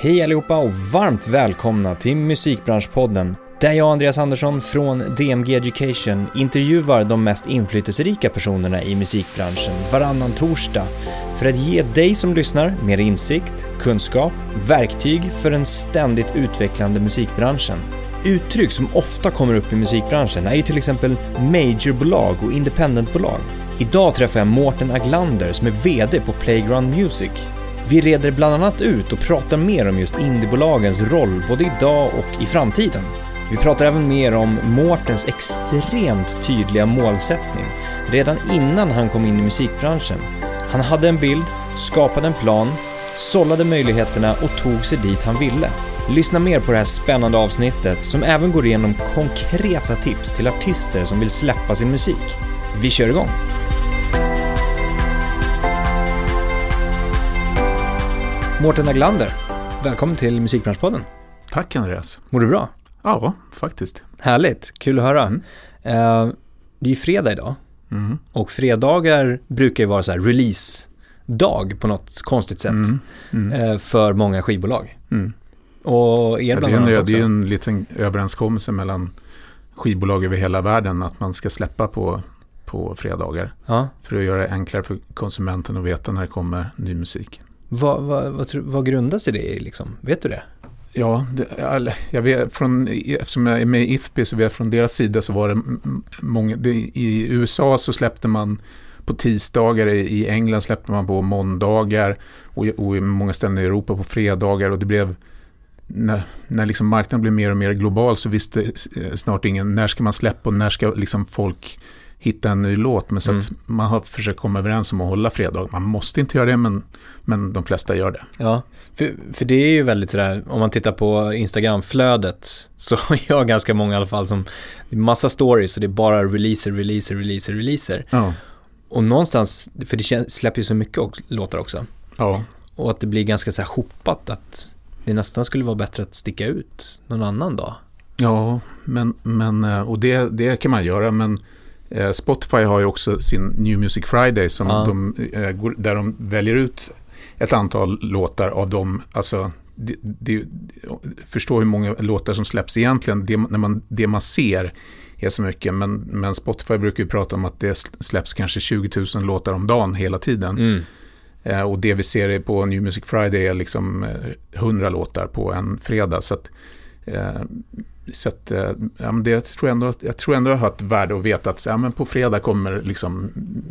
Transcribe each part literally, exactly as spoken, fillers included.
Hej allihopa och varmt välkomna till Musikbranschpodden, där jag, Andreas Andersson från D M G Education, intervjuar de mest inflytelserika personerna i musikbranschen varannan torsdag för att ge dig som lyssnar mer insikt, kunskap, verktyg för den ständigt utvecklande musikbranschen. Uttryck som ofta kommer upp i musikbranschen är ju till exempel majorbolag och independentbolag. Idag träffar jag Mårten Aglander som är vd på Playground Music. Vi reder bland annat ut och pratar mer om just indiebolagens roll både idag och i framtiden. Vi pratar även mer om Mårtens extremt tydliga målsättning redan innan han kom in i musikbranschen. Han hade en bild, skapade en plan, sållade möjligheterna och tog sig dit han ville. Lyssna mer på det här spännande avsnittet som även går igenom konkreta tips till artister som vill släppa sin musik. Vi kör igång! Mårten Aglander, välkommen till Musikbranschpodden. Tack Andreas. Mår du bra? Ja, faktiskt. Härligt, kul att höra. Mm. Uh, det är ju fredag idag. Mm. Och fredagar brukar ju vara så här release-dag på något konstigt sätt mm. Mm. Uh, för många skivbolag. Mm. Och er bland ja, annat det, är en, också. det är en liten överenskommelse mellan skivbolag över hela världen att man ska släppa på, på fredagar. Ja. För att göra det enklare för konsumenten att veta när det kommer ny musik. Vad, vad, vad, vad grundar sig det i liksom? Vet du det? Ja, det, jag vet från, eftersom jag är med i I F P I så vet från deras sida så var det många, det, i U S A så släppte man på tisdagar, i England släppte man på måndagar och, och i många ställen i Europa på fredagar, och det blev när, när liksom marknaden blev mer och mer global så visste snart ingen när ska man släppa och när ska liksom folk hitta en ny låt, men så mm. att man har försökt komma överens om att hålla fredag. Man måste inte göra det, men, men de flesta gör det. Ja, för, för det är ju väldigt sådär, om man tittar på Instagram-flödet så har jag ganska många i alla fall som, det är massa stories och det är bara releaser, releaser, releaser, releaser. Ja. Och någonstans, för det släpper ju så mycket och, låtar också. Ja. Och att det blir ganska så här hoppat att det nästan skulle vara bättre att sticka ut någon annan dag. Ja, men, men och det, det kan man göra, men Spotify har ju också sin New Music Friday som ja. de, där de väljer ut ett antal låtar av dem. Alltså, det, det, förstå hur många låtar som släpps egentligen. Det, när man, det man ser är så mycket, men, men Spotify brukar ju prata om att det släpps kanske tjugo tusen låtar om dagen hela tiden. Mm. Eh, och det vi ser på New Music Friday är liksom hundra låtar på en fredag. Så att eh, Så att, ja, men det tror jag ändå, jag tror ändå jag har ett värde att veta att ja, men på fredag kommer liksom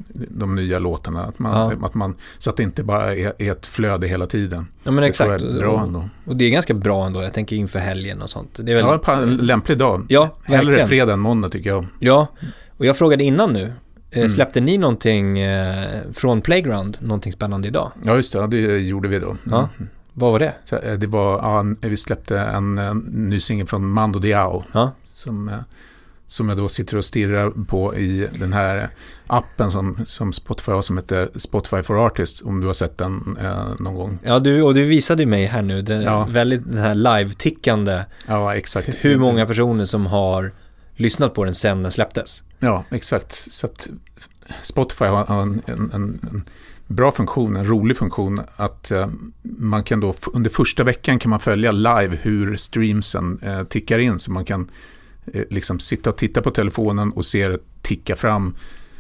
de nya låtarna. Att man, ja. att man, så att det inte bara är, är ett flöde hela tiden. Ja, men det exakt. Är bra ändå. Och det är ganska bra ändå. Jag tänker inför helgen och sånt. Det är väl... Ja, en lämplig dag. Ja, hellre fredag än måndag tycker jag. Ja, och jag frågade innan nu. Mm. Släppte ni någonting eh, från Playground? Någonting spännande idag? Ja, just det. Det gjorde vi då. Mm. Ja. Vad var det? Så, det var, ja, vi släppte en, en ny singel från Mando Diao ja. som, som jag då sitter och stirrar på i den här appen som, som Spotify har som heter Spotify for Artists, om du har sett den eh, någon gång. Ja, du, och du visade mig här nu den, ja. väldigt, den här live-tickande. Ja, exakt. Hur många personer som har lyssnat på den sen den släpptes. Ja, exakt. Så att Spotify har en, en, en bra funktion, en rolig funktion att eh, man kan då under första veckan kan man följa live hur streamsen eh, tickar in, så man kan eh, liksom sitta och titta på telefonen och se det ticka fram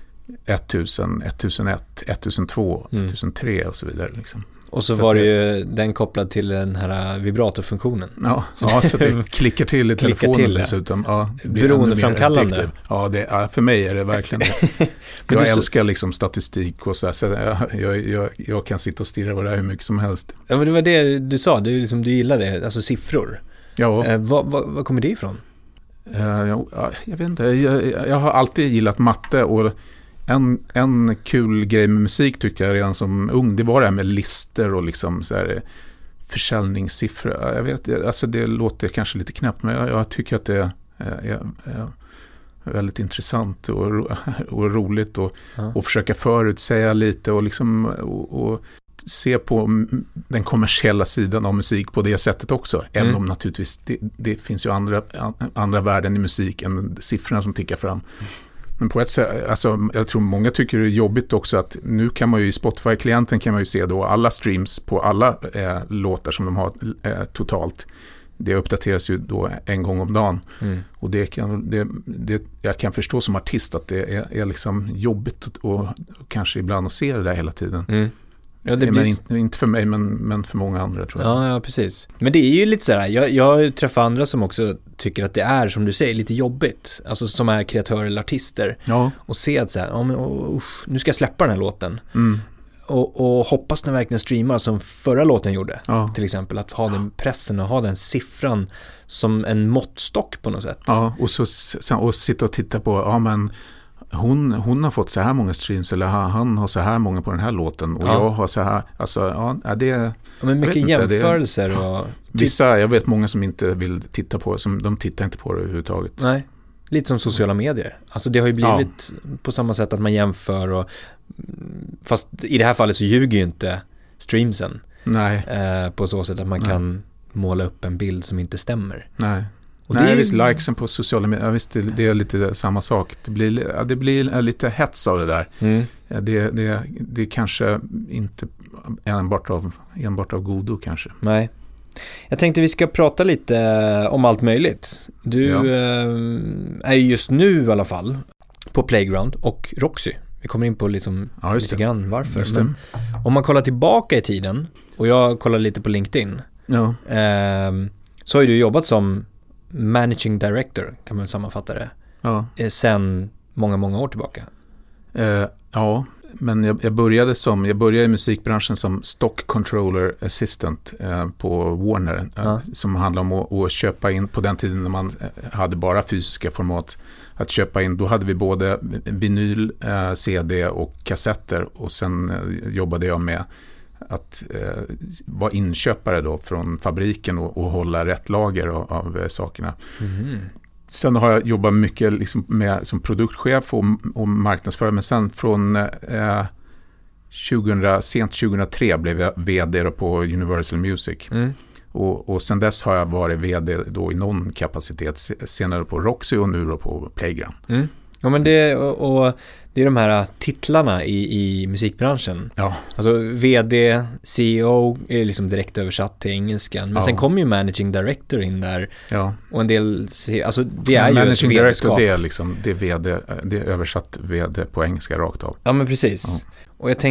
tusen, ettusenett, ettusentvå, mm. ettusentre och så vidare liksom. Och så, så var det ju den kopplad till den här vibratorfunktionen. Ja, så, ja, så det klickar till i telefonen till, dessutom. Ja, beroendeframkallande. Ja, det, ja, för mig är det verkligen det. Jag älskar så... liksom statistik och så, här, så jag, jag, jag kan sitta och stirra på det här hur mycket som helst. Ja, men det var det du sa, du, liksom, du gillar det, alltså siffror. Ja. Eh, vad, vad, vad kommer det ifrån? Uh, jag, jag vet inte, jag, jag har alltid gillat matte och En, en kul grej med musik tyckte jag redan som ung, det var det här med lister och liksom så här försäljningssiffror. Jag vet, alltså det låter kanske lite knäppt, men jag, jag tycker att det är, är, är väldigt intressant och, och roligt och, ja. och försöka förutsäga lite och liksom och, och se på den kommersiella sidan av musik på det sättet också. Mm. Även om naturligtvis det, det finns ju andra, andra värden i musik än siffrorna som tickar fram. Men på ett sätt, alltså, jag tror många tycker det är jobbigt också att nu kan man ju i Spotify-klienten kan man ju se då alla streams på alla eh, låtar som de har eh, totalt. Det uppdateras ju då en gång om dagen. Mm. Och det kan, det, det, jag kan förstå som artist att det är, är liksom jobbigt och, och kanske ibland att se det där hela tiden. Mm. Ja, det men blir... inte, inte för mig, men, men för många andra tror jag. Ja, ja, precis. Men det är ju lite sådär, jag, jag träffar andra som också tycker att det är, som du säger, lite jobbigt. Alltså som är kreatörer eller artister. Ja. Och se att såhär, oh, men, oh, usch, nu ska jag släppa den här låten. Mm. Och, och hoppas den verkligen streamar som förra låten gjorde. Ja. Till exempel, att ha den pressen och ha den siffran som en måttstock på något sätt. Ja, och, så, och sitta och titta på, ja men Hon, hon har fått så här många streams eller han har så här många på den här låten och ja. jag har så här, alltså ja, det är ja, men mycket jämförelser inte, det, och vissa, jag vet många som inte vill titta på, som de tittar inte på det överhuvudtaget. Nej, lite som sociala medier. Alltså det har ju blivit ja. på samma sätt att man jämför och fast i det här fallet så ljuger ju inte streamsen. Nej. Eh, på så sätt att man Nej. kan måla upp en bild som inte stämmer. Nej. Och Nej, det är visst, likesen på sociala medier, visst, det, det är lite samma sak. Det blir, det blir lite hets av det där. Mm. Det, det, det är kanske inte enbart av, enbart av godo kanske. Nej. Jag tänkte vi ska prata lite om allt möjligt. Du ja. är just nu i alla fall på Playground och Roxy. Vi kommer in på liksom ja, lite grann varför. Men om man kollar tillbaka i tiden, och jag kollar lite på LinkedIn, ja. eh, så har du jobbat som managing director, kan man sammanfatta det, ja. sen många, många år tillbaka. Eh, ja, men jag, jag började som jag började i musikbranschen som stock controller assistant eh, på Warner, ja. eh, som handlar om att, att köpa in, på den tiden när man hade bara fysiska format, att köpa in, då hade vi både vinyl, eh, C D och kassetter, och sen eh, jobbade jag med att eh, vara inköpare då från fabriken och, och hålla rätt lager av, av eh, sakerna. Mm. Sen har jag jobbat mycket liksom med, som produktchef och, och marknadsförare, men sen från eh, tjugohundra, sent tjugohundratre blev jag vd på Universal Music. Mm. Och, och sen dess har jag varit vd då i någon kapacitet, senare på Roxy och nu då på Playground. Mm. Ja, men det, och, och det är de här titlarna i, i musikbranschen. Ja. Alltså vd, C E O är liksom direkt översatt till engelskan. Men ja. sen kommer ju managing director in där. Ja. Och en del, alltså det är men ju ett director, det är liksom, det är vd, det är översatt vd på engelska rakt av. Ja, men precis. Ja. Och jag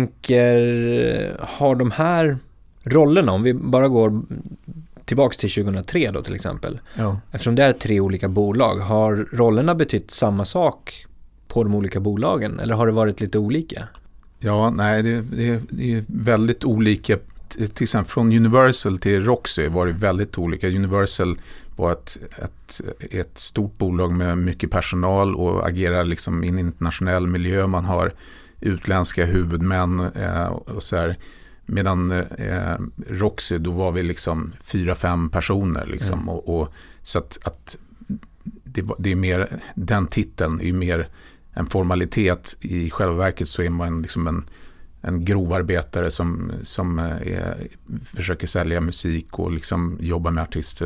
tänker, har de här rollerna, om vi bara går tillbaks till tjugohundratre då till exempel. Ja. Eftersom det är tre olika bolag, har rollerna betytt samma sak på de olika bolagen, eller har det varit lite olika? Ja, nej, det, det, det är väldigt olika. Till exempel från Universal till Roxy var det väldigt olika. Universal var ett, ett, ett stort bolag med mycket personal och agerar liksom i en internationell miljö. Man har utländska huvudmän eh, och så här. Medan eh, Roxy, då var vi liksom fyra, fem personer liksom. Mm. Och, och, så att, att det, det är mer, den titeln är ju mer en formalitet. I själva verket så är man liksom en, en grovarbetare som, som är, försöker sälja musik och liksom jobba med artister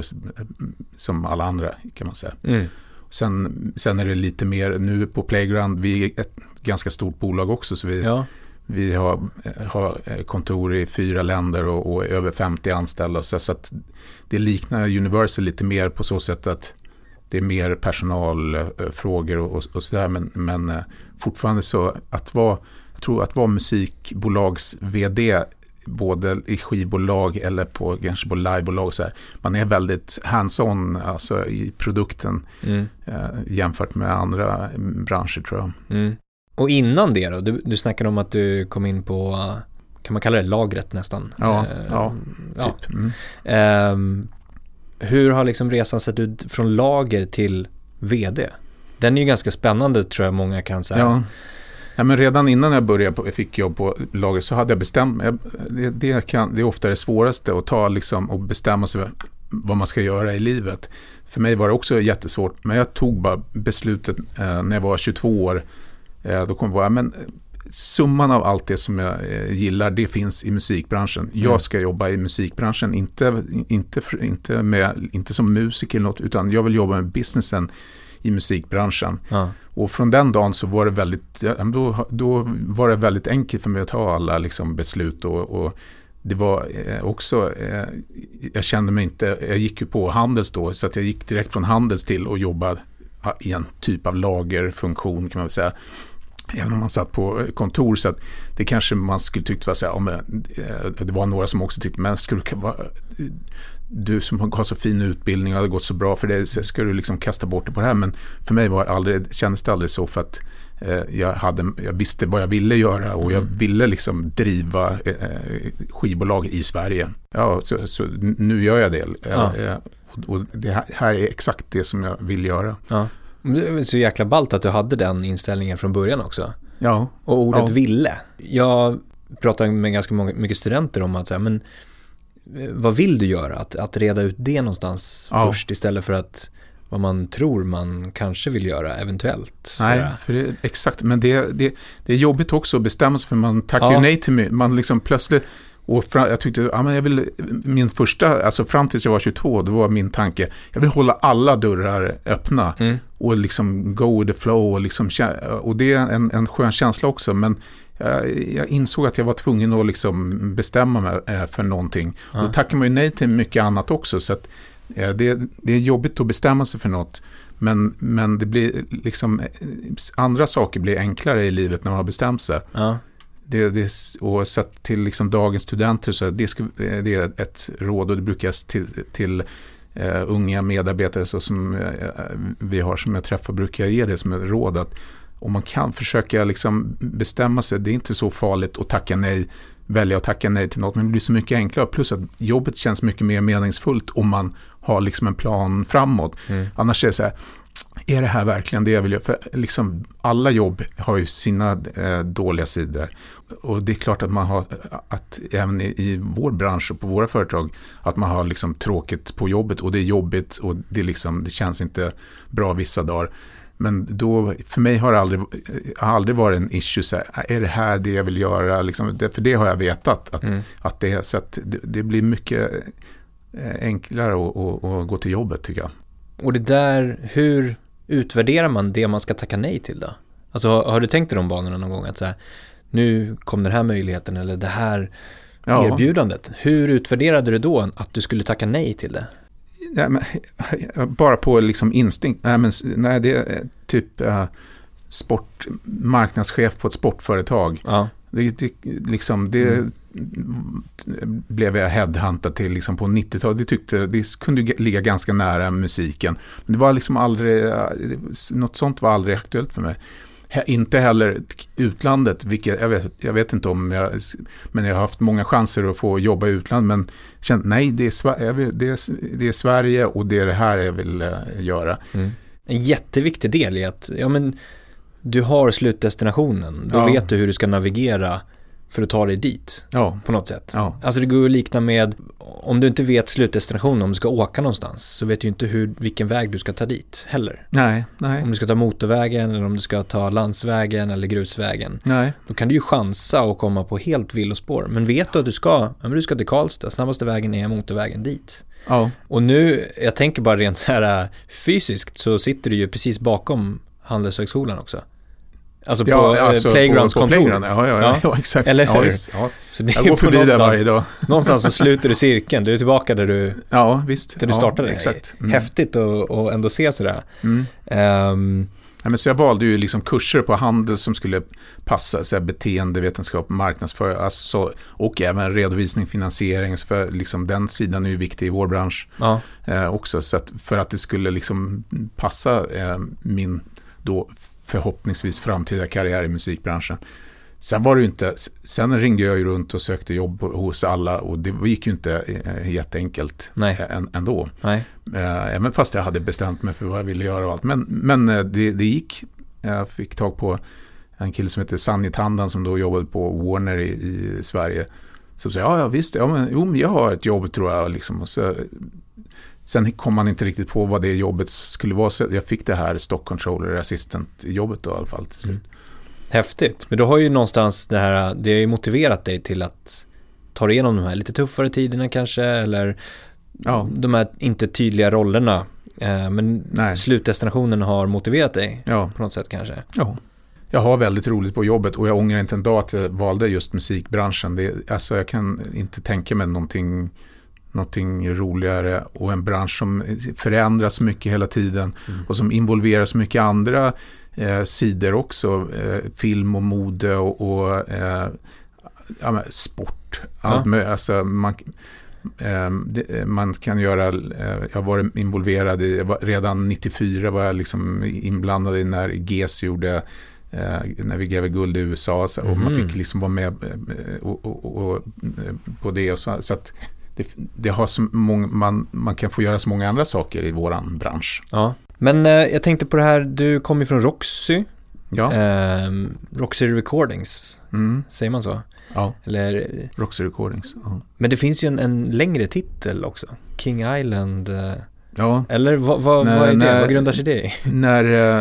som alla andra, kan man säga. Mm. Sen, sen är det lite mer, nu på Playground, vi är ett ganska stort bolag också, så vi, ja. vi har, har kontor i fyra länder och, och över femtio anställda, så, så att det liknar Universal lite mer på så sätt att det är mer personalfrågor och, och, och sådär, men, men fortfarande så att vara, jag tror att vara musikbolags vd både i skivbolag eller på, kanske på livebolag så här, man är väldigt hands-on alltså i produkten mm. eh, jämfört med andra branscher, tror jag. Mm. Och innan det då, du, du snackade om att du kom in på, kan man kalla det lagret nästan? Ja, eh, ja, typ. Ja. Mm. Eh, hur har liksom resan sett ut från lager till vd? Den är ju ganska spännande, tror jag många kan säga. Ja. Ja, men redan innan jag började på, fick jobb på lager, så hade jag bestämt jag, det, det, kan, det är ofta det svåraste att ta liksom, och bestämma sig vad man ska göra i livet. För mig var det också jättesvårt, men jag tog bara beslutet eh, när jag var tjugotvå år. Eh, då kom jag på, ja, men summan av allt det som jag eh, gillar, det finns i musikbranschen. Jag mm. ska jobba i musikbranschen, inte, inte, inte, med, inte som musiker eller något, utan jag vill jobba med businessen i musikbranschen. Ja. Och från den dagen så var det väldigt, då, då var det väldigt enkelt för mig att ta alla liksom beslut och, och det var också, jag kände mig inte, jag gick ju på Handels då, så att jag gick direkt från Handels till att jobba i en typ av lagerfunktion kan man väl säga. Även om man satt på kontor, så att det kanske man skulle tyckt var så här, om det var några som också tyckte, men skulle vara, du som har så fin utbildning och har gått så bra för det, så ska du liksom kasta bort det på det här. Men för mig var aldrig, kändes det aldrig så, för att eh, jag, hade, jag visste vad jag ville göra och jag ville liksom driva eh, skivbolag i Sverige. Ja, så, så nu gör jag det. Ja. Eh, och, och det här är exakt det som jag vill göra. Ja. Det är så jäkla ballt att du hade den inställningen från början också. Ja. Och ordet ja. ville. Jag pratar med ganska många, mycket studenter om att säga, men vad vill du göra? Att, att reda ut det någonstans ja. först istället för att vad man tror man kanske vill göra eventuellt. Nej, för det, exakt. Men det, det, det är jobbigt också att bestämma sig, för man tackar ju ja. nej till mig. Man liksom plötsligt, och fram, jag tyckte, ja men jag vill, min första, alltså fram tills jag var tjugotvå, då var min tanke, jag vill hålla alla dörrar öppna mm. och liksom go with the flow och liksom, och det är en, en skön känsla också, men jag, jag insåg att jag var tvungen att liksom bestämma mig för någonting. Ja. Då tackar man ju nej till mycket annat också, så att ja, det, det är jobbigt att bestämma sig för något, men, men det blir liksom, andra saker blir enklare i livet när man har bestämt sig. Ja. Det, det, och sett till liksom dagens studenter, så det, sku, det är ett råd, och det brukar till, till uh, unga medarbetare så som uh, vi har, som jag träffar, brukar jag ge det som ett råd, att om man kan försöka liksom bestämma sig, det är inte så farligt att tacka nej, välja att tacka nej till något, men det blir så mycket enklare, plus att jobbet känns mycket mer meningsfullt om man har liksom en plan framåt. Mm. Annars är det så här, är det här verkligen det jag vill göra? För liksom alla jobb har ju sina eh, dåliga sidor, och det är klart att man har, att även i, i vår bransch och på våra företag, att man har liksom tråkigt på jobbet, och det är jobbigt, och det, liksom, det känns inte bra vissa dagar. Men då, för mig har det aldrig, har aldrig varit en issue, så här, är det här det jag vill göra? Liksom, det, för det har jag vetat att, mm. att det är, så att det, det blir mycket enklare att, att, att gå till jobbet, tycker jag. Och det där, hur utvärderar man det man ska tacka nej till då? Alltså har, har du tänkt i de banorna någon gång att så här, nu kom den här möjligheten eller det här ja. erbjudandet. Hur utvärderade du då att du skulle tacka nej till det? Nej, men, bara på liksom instinkt. Nej, men, nej, det är typ uh, sport, marknadschef på ett sportföretag. Ja. Det, det, liksom, det mm. blev jag headhuntad till liksom på nittiotalet. Det tyckte det kunde ligga ganska nära musiken. Men det var liksom aldrig, något sånt var aldrig aktuellt för mig. Inte heller utlandet, vilket jag vet, jag vet inte om jag, men jag har haft många chanser att få jobba i utlandet, men känt, nej, det är, Sverige, det, är, det är Sverige och det är det här jag vill uh, göra. Mm. En jätteviktig del är att ja, men, du har slutdestinationen, då ja. vet du hur du ska navigera för att ta dig dit ja. på något sätt. Ja. Alltså det går att likna med, om du inte vet slutdestinationen, om du ska åka någonstans, så vet du inte hur, vilken väg du ska ta dit heller. Nej, nej. Om du ska ta motorvägen eller om du ska ta landsvägen eller grusvägen. Nej. Då kan du ju chansa och komma på helt villospår. Men vet du att du ska, ja, men du ska till Karlstad, snabbaste vägen är motorvägen dit. Ja. Och nu, jag tänker bara rent så här fysiskt, så sitter du ju precis bakom Handelshögskolan också. Alltså på ja, alltså Playgrounds på, på kontor. Playground, ja, ja, ja, ja, exakt. Eller hur? Ja, visst, ja. Så det jag går förbi där varje dag. Någonstans så sluter du cirkeln. Du är tillbaka där du, ja, visst. där du ja, startade. Exakt. Mm. Häftigt att och ändå se sådär. Mm. Um, ja, men så jag valde ju liksom kurser på handel som skulle passa, så här, beteendevetenskap, marknadsföring, alltså, och även redovisning, finansiering, för liksom, den sidan är ju viktig i vår bransch ja. eh, också. Så att för att det skulle liksom passa eh, min då förhoppningsvis framtida karriär i musikbranschen. Sen var det ju inte, sen ringde jag ju runt och sökte jobb hos alla, och det gick ju inte jätteenkelt ändå. Nej. Även fast jag hade bestämt mig för vad jag ville göra och allt. Men, men det, det gick. Jag fick tag på en kille som heter Sanni Tandan som då jobbade på Warner i, i Sverige. Så sa jag, ja, ja visst, ja, men, jo, men jag har ett jobb tror jag. Liksom. Och så, sen kom man inte riktigt på vad det jobbet skulle vara, så jag fick det här stock controller assistant jobbet då i alla fall till slut. Mm. Häftigt, men då har ju någonstans det här, det har ju motiverat dig till att ta dig igenom de här lite tuffare tiderna kanske, eller ja. de här inte tydliga rollerna Eh, men Nej. slutdestinationen har motiverat dig ja. på något sätt kanske? Ja. Jag har väldigt roligt på jobbet och jag ångrar inte en dag att jag valde just musikbranschen. Det, alltså jag kan inte tänka mig någonting, någonting roligare och en bransch som förändras mycket hela tiden mm. och som involverar så mycket andra eh, sidor också. Eh, film och mode och, och eh, ja, sport. Allt ja. alltså man, eh, det, man kan göra, eh, jag var involverad i, var, redan nittiofyra var jag liksom inblandad i när G E S gjorde Eh, när vi gav guld i U S A så, och mm. man fick liksom vara med eh, och, och, och, på det och så, så att det, det har så många, man, man kan få göra så många andra saker i våran bransch. Ja. Men eh, jag tänkte på det här, du kom ju från Roxy ja. eh, Roxy Recordings mm. säger man så? Ja, eller, Roxy Recordings ja. Men det finns ju en, en längre titel också, King Island eh. Ja. Eller vad, vad, när, vad är det? När, vad grundar sig det i? När,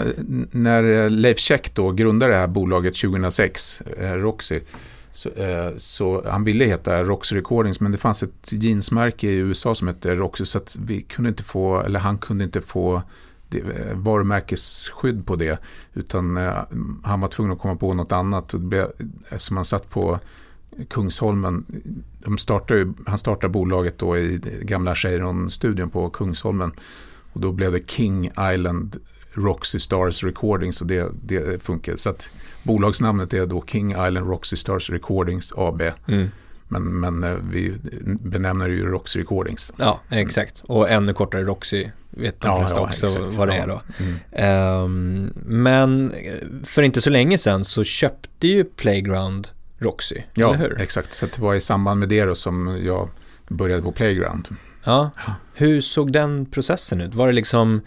när Leif Käck då grundade det här bolaget tjugohundrasex, eh, Roxy, så, eh, så han ville heta Roxy Recordings, men det fanns ett jeansmärke i U S A som hette Roxy, så att vi kunde inte få, eller han kunde inte få det, eh, varumärkesskydd på det, utan eh, han var tvungen att komma på något annat. Och det blev, eftersom han satt på Kungsholmen, de startade, han startade bolaget då i gamla Cheiron-studion på Kungsholmen och då blev det King Island Roxy Stars Recordings och det, det funkar. Så att bolagsnamnet är då King Island Roxy Stars Recordings A B. Mm. Men, men vi benämner ju Roxy Recordings. Ja, exakt. Och ännu kortare Roxy vet de flesta ja, ja, också exakt. Vad det är då. Mm. Um, men för inte så länge sedan så köpte ju Playground Roxy, ja, eller hur? Exakt. Så det var i samband med det då som jag började på Playground. Ja. Hur såg den processen ut? Var det liksom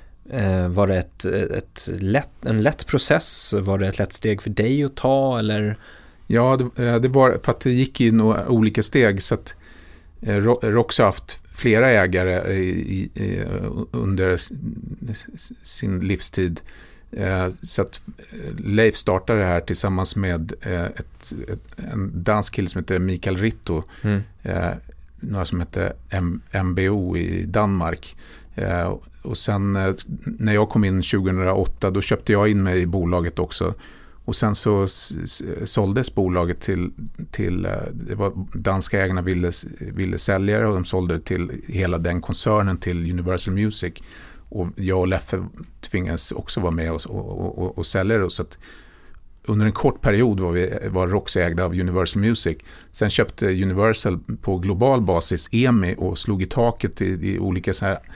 eh, var det ett, ett lätt, en lätt process? Var det ett lätt steg för dig att ta? Eller? Ja, det, det var för att det gick i några olika steg så att eh, Roxy har haft flera ägare i, i, under sin livstid. Så att Leif startade det här tillsammans med ett, ett, en dansk kille som heter Mikael Ritto, mm. eh, några som heter M- M B O i Danmark. Eh, och sen eh, när jag kom in tjugohundraåtta då köpte jag in mig i bolaget också. Och sen så s- såldes bolaget till, till det var danska ägarna ville, ville sälja det och de sålde det till hela den koncernen till Universal Music. Och jag och Leffe tvingades också vara med och, och, och, och sälja det. Så att under en kort period var, vi, var Roxy ägda av Universal Music. Sen köpte Universal på global basis E M I och slog i taket i, i olika så här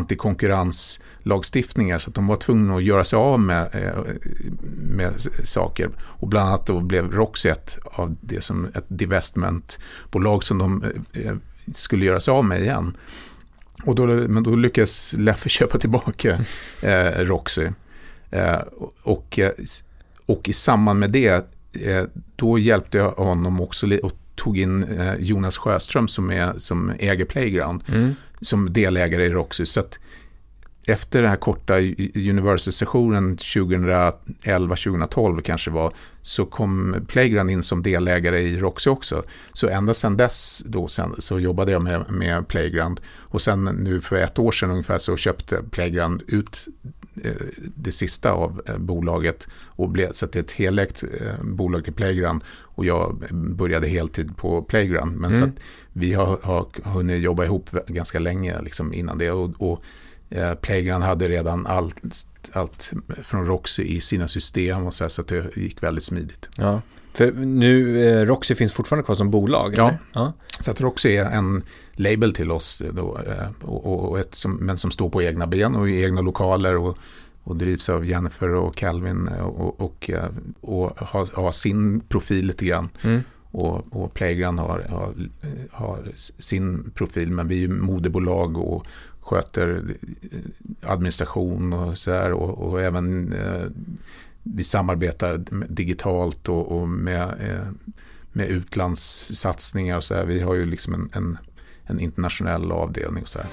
antikonkurrenslagstiftningar. Så att de var tvungna att göra sig av med, med saker. Och bland annat då blev Roxy ett av det som ett divestmentbolag som de skulle göra sig av med igen. Och då, men då lyckades Leffe köpa tillbaka eh, Roxy. Eh, och, och i samband med det, eh, då hjälpte jag honom också och tog in eh, Jonas Sjöström som, är, som äger Playground, mm. som delägare i Roxy. Så att efter den här korta Universal-sessionen tjugoelva tjugotolv kanske var, så kom Playground in som delägare i Roxy också. Så ända sedan dess då sen, så jobbade jag med, med Playground. Och sen nu för ett år sedan ungefär så köpte Playground ut eh, det sista av eh, bolaget och blev, så att det är ett helägt eh, bolag till Playground. Och jag började heltid på Playground. Men mm. så att vi har, har hunnit jobba ihop ganska länge liksom innan det. Och, och Playground hade redan allt, allt från Roxy i sina system och så, här, så att det gick väldigt smidigt. Ja, för nu eh, Roxy finns fortfarande kvar som bolag? Ja, eller? Ja. Så att Roxy är en label till oss då, och, och ett som, men som står på egna ben och i egna lokaler och, och drivs av Jennifer och Calvin och, och, och har, har sin profil lite grann. Mm. Och, och Playground har, har, har sin profil, men vi är ju moderbolag och sköter administration och så här, och, och även eh, vi samarbetar digitalt och, och med, eh, med utlandssatsningar och så här. Vi har ju liksom en, en, en internationell avdelning och så här.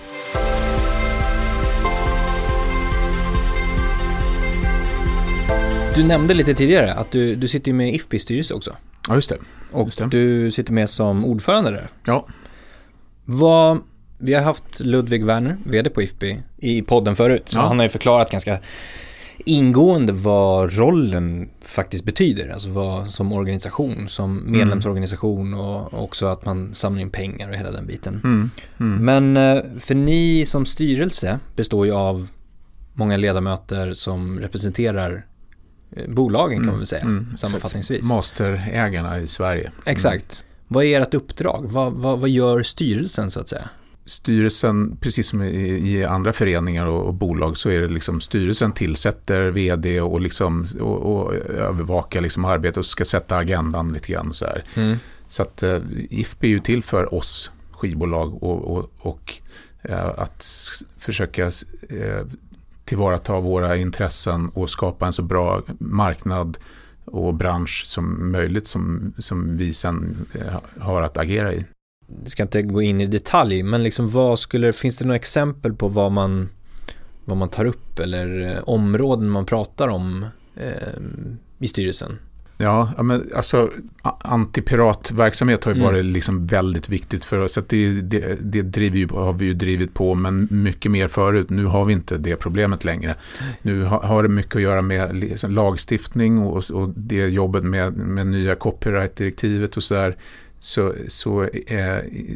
Du nämnde lite tidigare att du, du sitter med I F P styrelse också. Ja, just det. Och just det. Du sitter med som ordförande där. Ja. Vad Vi har haft Ludvig Werner, vd på I F P, i podden förut. Så ja. Han har ju förklarat ganska ingående vad rollen faktiskt betyder. Alltså vad som organisation, som medlemsorganisation och också att man samlar in pengar och hela den biten. Mm. Mm. Men för ni som styrelse består ju av många ledamöter som representerar bolagen kan man väl säga, mm. sammanfattningsvis. Masterägarna i Sverige. Exakt. Mm. Vad är ert uppdrag? Vad, vad, vad gör styrelsen så att säga? Styrelsen, precis som i, i andra föreningar och, och bolag, så är det liksom styrelsen tillsätter vd och, liksom, och, och övervakar liksom arbetet och ska sätta agendan lite grann. Så, här. Mm. så att uh, I F P är ju till för oss skivbolag och, och, och uh, att försöka uh, tillvarata våra intressen och skapa en så bra marknad och bransch som möjligt som, som vi sen uh, har att agera i. Jag ska inte gå in i detalj, men liksom vad skulle, finns det några exempel på vad man, vad man tar upp eller eh, områden man pratar om eh, i styrelsen? Ja, men alltså antipiratverksamhet har ju varit mm. liksom väldigt viktigt för oss. Så att det, det, det driver ju, har vi ju drivit på, men mycket mer förut. Nu har vi inte det problemet längre. Nu har, har det mycket att göra med liksom lagstiftning och, och det jobbet med, med nya copyright-direktivet och så där. Så, så, eh,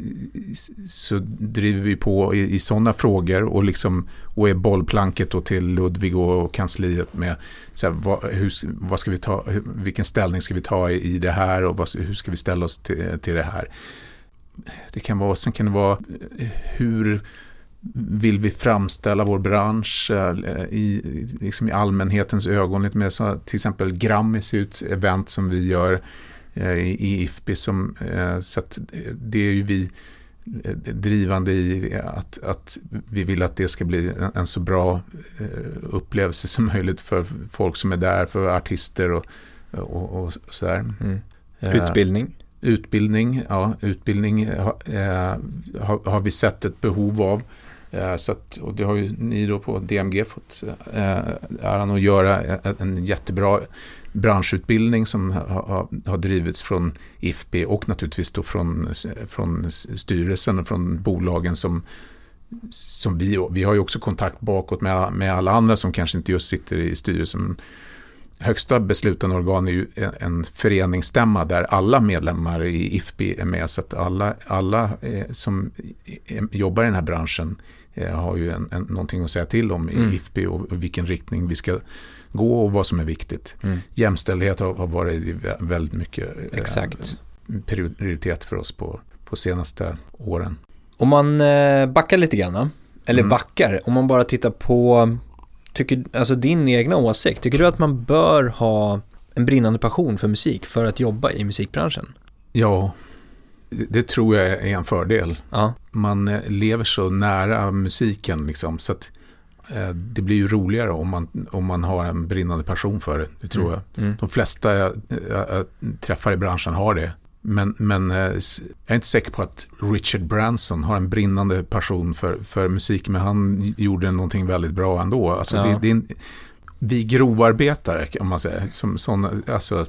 så driver vi på i, i sådana frågor och, liksom, och är bollplanket då till Ludvig och kansliet med så här, vad, hur, vad ska vi ta, hur, vilken ställning ska vi ta i, i det här och vad, hur ska vi ställa oss till, till det här. Det kan vara, sen kan det vara hur vill vi framställa vår bransch eh, i, liksom i allmänhetens ögon, med så, till exempel Grammis ut event som vi gör i I F P som, så att det är ju vi drivande i att, att vi vill att det ska bli en, en så bra upplevelse som möjligt för folk som är där, för artister och, och, och sådär. Mm. Utbildning? Utbildning, ja. Utbildning har, har vi sett ett behov av. Så att, och det har ju ni då på D M G fått äran att göra en jättebra branschutbildning som har, har drivits från I F P och naturligtvis då från, från styrelsen och från bolagen som, som vi, vi har ju också kontakt bakåt med, med alla andra som kanske inte just sitter i styrelsen. Högsta beslutande organ är ju en föreningsstämma där alla medlemmar i I F P är med, så att alla, alla eh, som jobbar i den här branschen eh, har ju en, en, någonting att säga till om i mm. I F P och, och vilken riktning vi ska gå och vad som är viktigt. Mm. Jämställdhet har, har varit väldigt mycket Exakt. Eh, prioritet för oss på, på senaste åren. Om man eh, backar lite grann, eller mm. backar, om man bara tittar på tycker, alltså din egna åsikt, tycker du att man bör ha en brinnande passion för musik för att jobba i musikbranschen? Ja, det tror jag är en fördel. Ja. Man lever så nära musiken liksom, så att eh, det blir ju roligare om man, om man har en brinnande passion för det, det tror mm. jag. Mm. De flesta jag, jag, jag träffar i branschen har det. Men, men eh, jag är inte säker på att Richard Branson har en brinnande passion för, för musik, men han gjorde någonting väldigt bra ändå. Alltså, ja. det, det är en, vi grovarbetare kan man säga, som såna, alltså,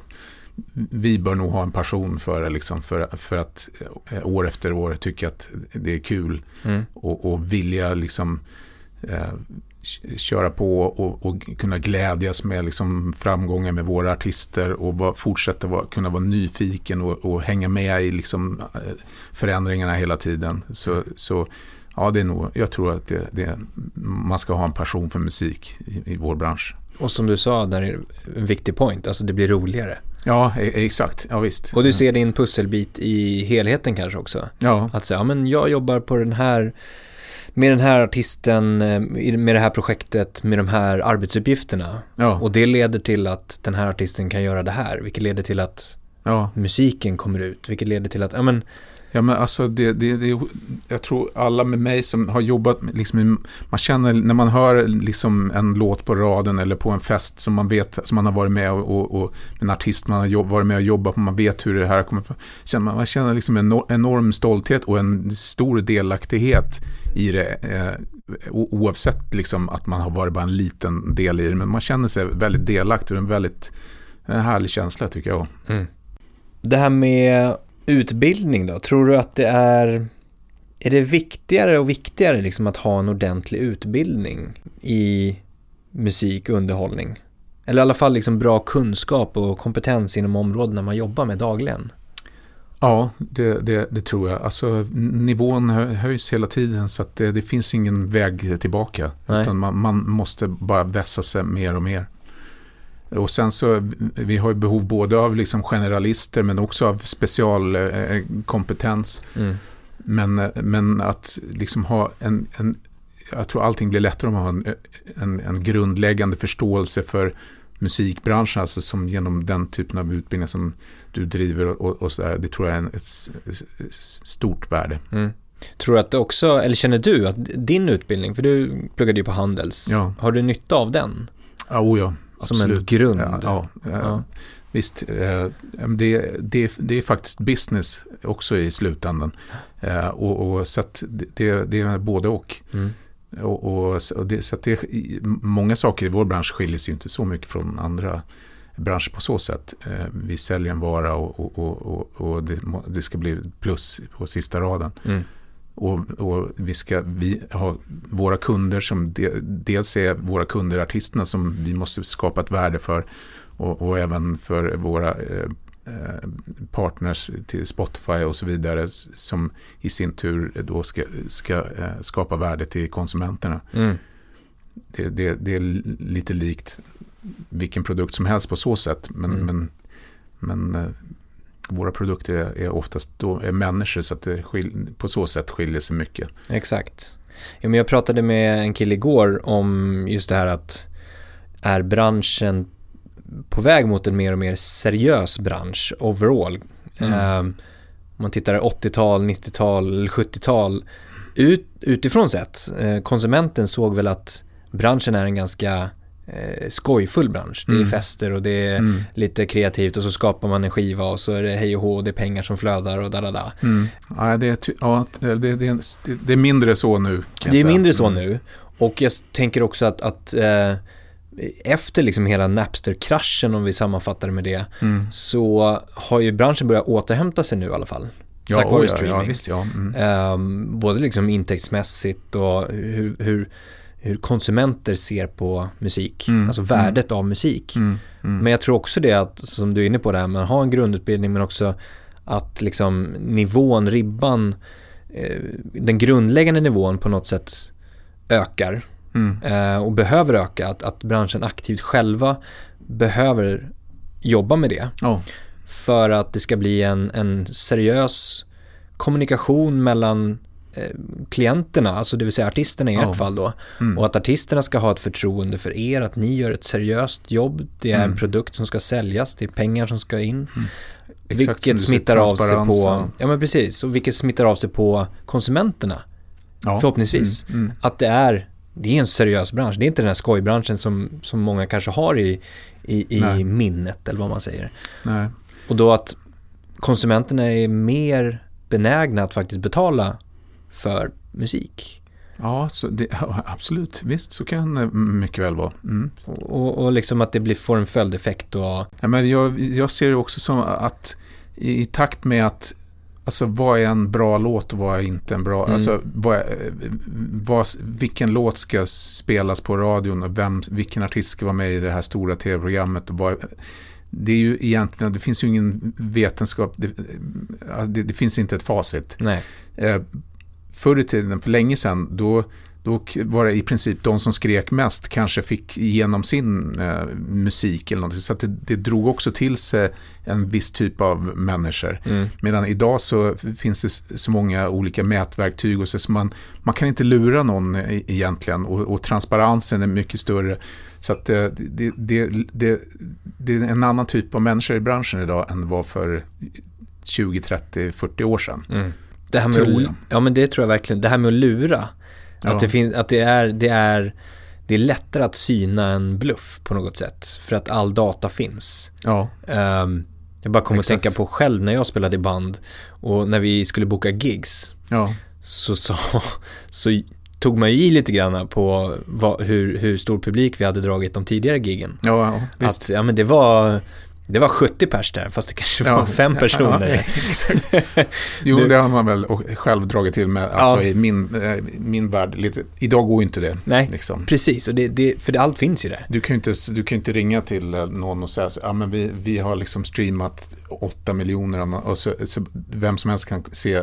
vi bör nog ha en passion för det, liksom, för, för att eh, år efter år tycka att det är kul mm. och, och vilja liksom eh, köra på och, och kunna glädjas med liksom framgångar med våra artister och var, fortsätta vara, kunna vara nyfiken och, och hänga med i liksom förändringarna hela tiden. Så, så ja, det är nog, jag tror att det, det, man ska ha en passion för musik i, i vår bransch. Och som du sa, där är en viktig point, alltså det blir roligare. Ja, exakt. Ja, visst. Och du ser din pusselbit i helheten kanske också. Ja. Att säga, ja, men jag jobbar på den här med den här artisten, med det här projektet, med de här arbetsuppgifterna. Ja. Och det leder till att den här artisten kan göra det här. Vilket leder till att ja. musiken kommer ut. Vilket leder till att, ja men... Ja, men alltså det, det, det, jag tror alla med mig som har jobbat, liksom, man känner när man hör liksom en låt på raden eller på en fest som man vet, som man har varit med och, och, och en artist man har jobb, varit med och jobbat på, man vet hur det här kommer från. Man, man känner liksom en enorm stolthet och en stor delaktighet i det, eh, oavsett liksom att man har varit bara en liten del i det, men man känner sig väldigt delaktig och en väldigt en härlig känsla tycker jag. Mm. Det här med utbildning då, tror du att det är är det viktigare och viktigare liksom att ha en ordentlig utbildning i musik och underhållning? Eller i alla fall liksom bra kunskap och kompetens inom områdena man jobbar med dagligen? Ja, det, det, det tror jag. Alltså, nivån höjs hela tiden så att det, det finns ingen väg tillbaka. Nej. Utan man, man måste bara vässa sig mer och mer. Och sen så, vi har ju behov både av liksom generalister men också av specialkompetens. Mm. Men, men att liksom ha en, en, jag tror allting blir lättare om man har en, en, en grundläggande förståelse för musikbranschen, alltså som genom den typen av utbildning som du driver och, och så där, det tror jag är en, ett, ett stort värde. Mm. Tror du att det också, eller känner du att din utbildning, för du pluggade ju på Handels, ja. Har du nytta av den? Ja, oh ja. Som absolut. En grund. Ja, ja, ja. Visst, det, det, det är faktiskt business också i slutändan. Och, och så att det, det är både och. Mm. Och, och, och det, så att det, många saker i vår bransch skiljer sig inte så mycket från andra branscher på så sätt. Vi säljer en vara och, och, och, och det, det ska bli plus på sista raden. Mm. Och, och vi ska vi ha våra kunder som de, dels är våra kunder artisterna som vi måste skapa ett värde för och, och även för våra eh, partners till Spotify och så vidare som i sin tur då ska, ska eh, skapa värde till konsumenterna. Mm. Det, det, det är lite likt vilken produkt som helst på så sätt men, mm. men, men eh, våra produkter är oftast då är människor så att det skil, på så sätt skiljer sig mycket. Exakt. Ja, men jag pratade med en kille igår om just det här att är branschen på väg mot en mer och mer seriös bransch overall. Mm. Um, om man tittar åttiotal, nittiotal, sjuttiotal ut, utifrån sett. Uh, konsumenten såg väl att branschen är en ganska Eh, skojfull bransch. Det är mm. fester och det är mm. lite kreativt och så skapar man en skiva och så är det hej och hå och det är pengar som flödar och dadada. Mm. Ja, det är, ty- ja det, det, det, det är mindre så nu. Det är mindre så nu och jag tänker också att, att eh, efter liksom hela Napster-kraschen, om vi sammanfattar det med det, mm. så har ju branschen börjat återhämta sig nu i alla fall. Ja, tack vare streaming. Ja, visst, ja. Mm. Eh, både liksom intäktsmässigt och hur, hur hur konsumenter ser på musik, mm, alltså värdet mm, av musik. Mm, mm. Men jag tror också det att, som du är inne på det här, man har en grundutbildning men också att liksom nivån, ribban, eh, den grundläggande nivån på något sätt ökar mm. eh, och behöver öka. Att, att branschen aktivt själva behöver jobba med det oh. för att det ska bli en, en seriös kommunikation mellan klienterna, alltså det vill säga artisterna i ert oh. fall då. Mm. Och att artisterna ska ha ett förtroende för er, att ni gör ett seriöst jobb. Det är mm. en produkt som ska säljas, det är pengar som ska in. Mm. Vilket smittar av sig på ja men precis, och vilket smittar av sig på konsumenterna. Ja. Förhoppningsvis. Mm. Mm. Att det är det är en seriös bransch. Det är inte den här skojbranschen som, som många kanske har i, i, i minnet eller vad man säger. Nej. Och då att konsumenterna är mer benägna att faktiskt betala för musik. Ja, så det, absolut. Visst, så kan det mycket väl vara. Mm. Och, och liksom att det blir, får en följdeffekt. Och... Ja, men jag, jag ser det också som att i, i takt med att alltså, vad är en bra låt och vad är inte en bra... Mm. Alltså, vad, vad, vilken låt ska spelas på radion och vem, vilken artist ska vara med i det här stora tv-programmet och vad... Det är ju egentligen, det finns ju ingen vetenskap, det, det, det finns inte ett facit. Nej. Eh, förr i tiden, för länge sedan, då, då var det i princip de som skrek mest kanske fick igenom sin eh, musik eller någonting. Så att det, det drog också till sig en viss typ av människor. Mm. Medan idag så finns det så många olika mätverktyg och så, så man, man kan inte lura någon egentligen och, och transparensen är mycket större. Så att det, det, det, det, det är en annan typ av människor i branschen idag än vad för tjugo, trettio, fyrtio år sedan. Mm. Det här med tror jag. Ja, men det tror jag verkligen. Det här med att lura. Ja. Att, det, fin- att det, är, det, är, det är lättare att syna en bluff på något sätt. För att all data finns. Ja. Um, jag bara kommer att tänka på själv när jag spelade i band. Och när vi skulle boka gigs. Ja. Så, så, så tog man ju i lite grann på vad, hur, hur stor publik vi hade dragit de tidigare giggen. Ja, ja, visst. Att, ja, men det var... Det var sjuttio pers där, fast det kanske var ja, fem personer. Ja, exakt. Jo, det har man väl själv dragit till med. Alltså ja. i min, min värld. Lite, idag går inte det. Nej, liksom. precis. Och det, det, för det, allt finns ju där. Du kan ju inte, du kan inte ringa till någon och säga ja, men vi, vi har liksom streamat åtta miljoner och så, så vem som helst kan se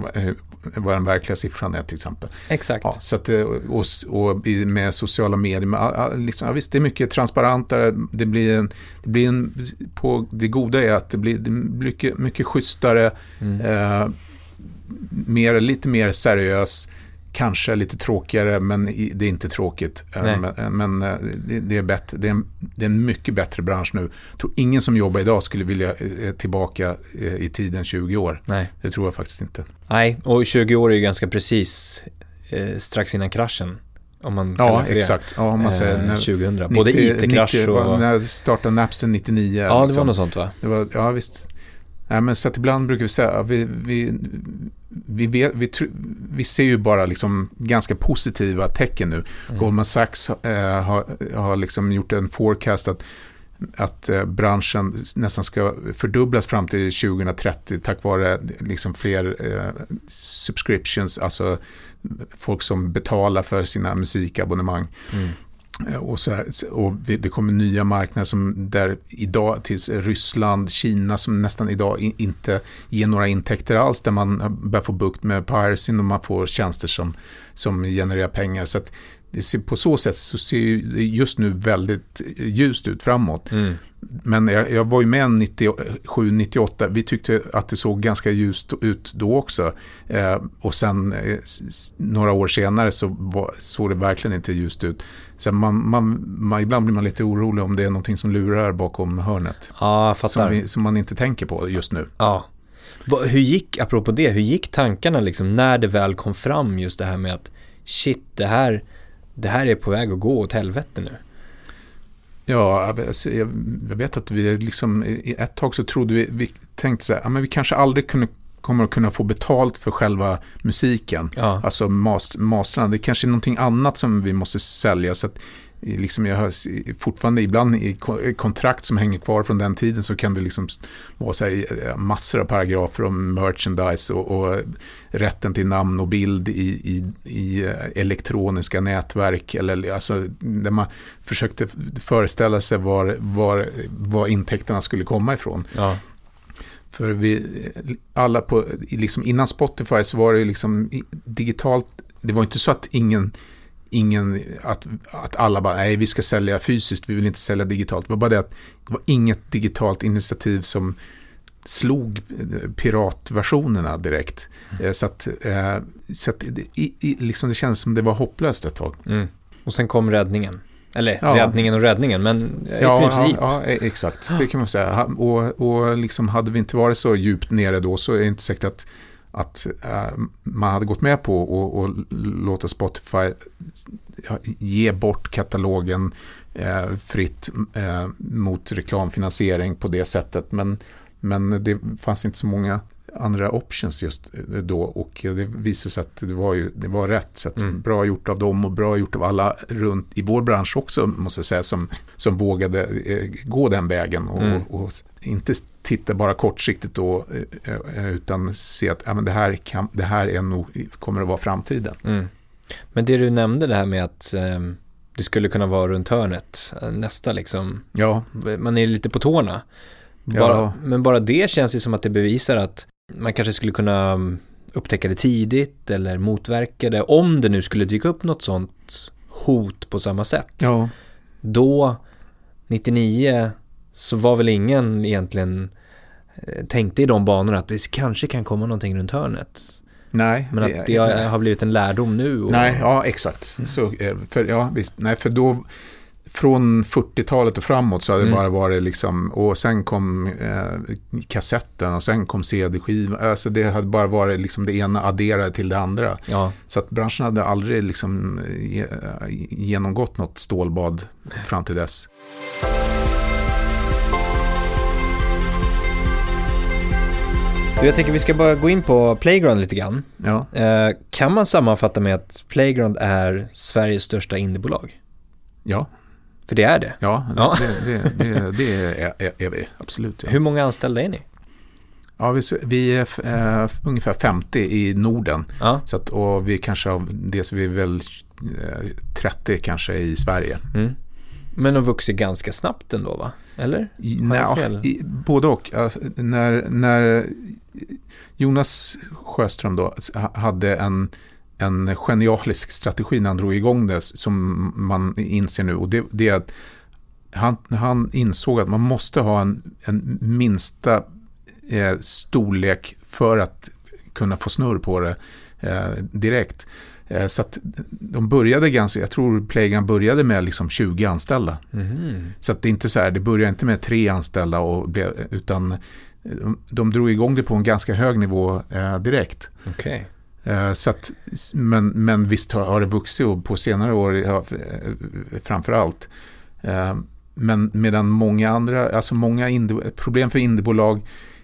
vad den verkliga siffran är till exempel. Exakt. Ja, så att, och, och med sociala medier, med, liksom, ja, visst, det är mycket transparentare. Det blir en, det blir en på det goda är att det blir mycket, mycket schysstare, mm. eh, mer, lite mer seriös, kanske lite tråkigare, men det är inte tråkigt. Eh, men men det, det, är bättre, det, är en, det är en mycket bättre bransch nu. Jag tror ingen som jobbar idag skulle vilja eh, tillbaka eh, i tiden tjugo år. Nej. Det tror jag faktiskt inte. Nej, och tjugo år är ju ganska precis eh, strax innan kraschen. Om man ja, exakt. Ja, om man säger, när, tjugohundra. Både nittio, I T-krasch nittio, och... När jag startade Napster nittionio. Ja, det liksom. var något sånt va? Det var, ja, visst. Nej, men så att ibland brukar vi säga vi, vi, vi, vet, vi, vi ser ju bara liksom ganska positiva tecken nu. Mm. Goldman Sachs eh, har, har liksom gjort en forecast att att eh, branschen nästan ska fördubblas fram till tjugohundratrettio tack vare liksom fler eh, subscriptions, alltså folk som betalar för sina musikabonnemang. Mm. Och, så här, och det kommer nya marknader som där idag till Ryssland, Kina som nästan idag in, inte ger några intäkter alls, där man börjar få bukt med piracy och man får tjänster som, som genererar pengar. Så att det ser, på så sätt så ser det just nu väldigt ljust ut framåt. Mm. Men jag, jag var ju med nittiosju nittioåtta. Vi tyckte att det såg ganska ljust ut då också. Eh, och sen eh, s- några år senare så var, såg det verkligen inte ljust ut. Så man, man, man, ibland blir man lite orolig om det är någonting som lurar bakom hörnet. Ja, jag fattar. Som, vi, som man inte tänker på just nu. Ja. Hur gick, apropå det, hur gick tankarna liksom när det väl kom fram just det här med att shit, det här, det här är på väg att gå åt helvete nu? Ja, jag vet att vi liksom i ett tag så trodde vi, vi tänkte så här, ja, men vi kanske aldrig kunde, kommer att kunna få betalt för själva musiken. Ja. Alltså master, masterna, det är kanske är någonting annat som vi måste sälja, så att liksom jag har fortfarande ibland i kontrakt som hänger kvar från den tiden så kan det liksom vara så här, massor av paragrafer om merchandise och, och rätten till namn och bild i, i, i elektroniska nätverk, eller alltså där man försökte föreställa sig var, var, var intäkterna skulle komma ifrån. Ja. För vi alla på liksom innan Spotify så var det liksom digitalt, det var inte så att ingen ingen att, att alla bara, nej vi ska sälja fysiskt, vi vill inte sälja digitalt. Det var bara det att det var inget digitalt initiativ som slog piratversionerna direkt. Mm. Så att, så att i, i, liksom det känns som det var hopplöst ett tag. Mm. Och sen kom räddningen. Eller ja. räddningen och räddningen, men i ja, princip. Ja, ja, exakt. Det kan man säga. Och, och liksom hade vi inte varit så djupt nere då så är det inte säkert att att äh, man hade gått med på och, och låta Spotify ja, ge bort katalogen äh, fritt äh, mot reklamfinansiering på det sättet. Men, men det fanns inte så många andra options just då, och det visade sig att det var, ju, det var rätt. Så att mm. bra gjort av dem och bra gjort av alla runt i vår bransch också, måste jag säga, som, som vågade eh, gå den vägen och, mm. och, och inte titta bara kortsiktigt då, eh, utan se att ja, men det, här kan, det här är nog, kommer att vara framtiden. Mm. Men det du nämnde, det här med att eh, det skulle kunna vara runt hörnet nästa liksom, ja. Man är lite på tårna. Bara, ja. Men bara det känns ju som att det bevisar att man kanske skulle kunna upptäcka det tidigt eller motverka det, om det nu skulle dyka upp något sånt hot på samma sätt. Ja. Då nittionio så var väl ingen egentligen tänkte i de banorna att det kanske kan komma någonting runt hörnet. Nej. Men att det har, har blivit en lärdom nu. Och... Nej, ja exakt. Mm. Så, för, ja, visst. Nej, för då från fyrtiotalet och framåt så hade det mm. bara varit liksom, och sen kom eh, kassetten och sen kom C D-skivan. Alltså det hade bara varit liksom det ena adderade till det andra. Ja. Så att branschen hade aldrig liksom genomgått något stålbad fram till dess. Jag tänker vi ska bara gå in på Playground lite grann. Ja. Eh, kan man sammanfatta med att Playground är Sveriges största indiebolag? Ja. För det är det. Ja, det, ja. det, det, det, det är, är, är vi absolut. Ja. Hur många anställda är ni? Ja, vi, vi är äh, ungefär femtio i Norden. Ja. Så att, och vi kanske av det så vi är väl äh, trettio kanske i Sverige. Mm. Men de vuxit ganska snabbt ändå, va? Eller? Nej, både och. Alltså, när, när Jonas Sjöström då hade en, en genialisk strategi när han drog igång det som man inser nu. Och det, det är att han, han insåg att man måste ha en, en minsta eh, storlek för att kunna få snurr på det eh, direkt. Så att de började ganska, jag tror Playground började med liksom tjugo anställda. Mm. Så att det är inte så här, det började inte med tre anställda och blev, utan de, de drog igång det på en ganska hög nivå eh, direkt. Okay. Eh, så att, men, men visst har, har det vuxit och på senare år ja, framför allt. Eh, men medan många andra, alltså många indie, problem för indiebolag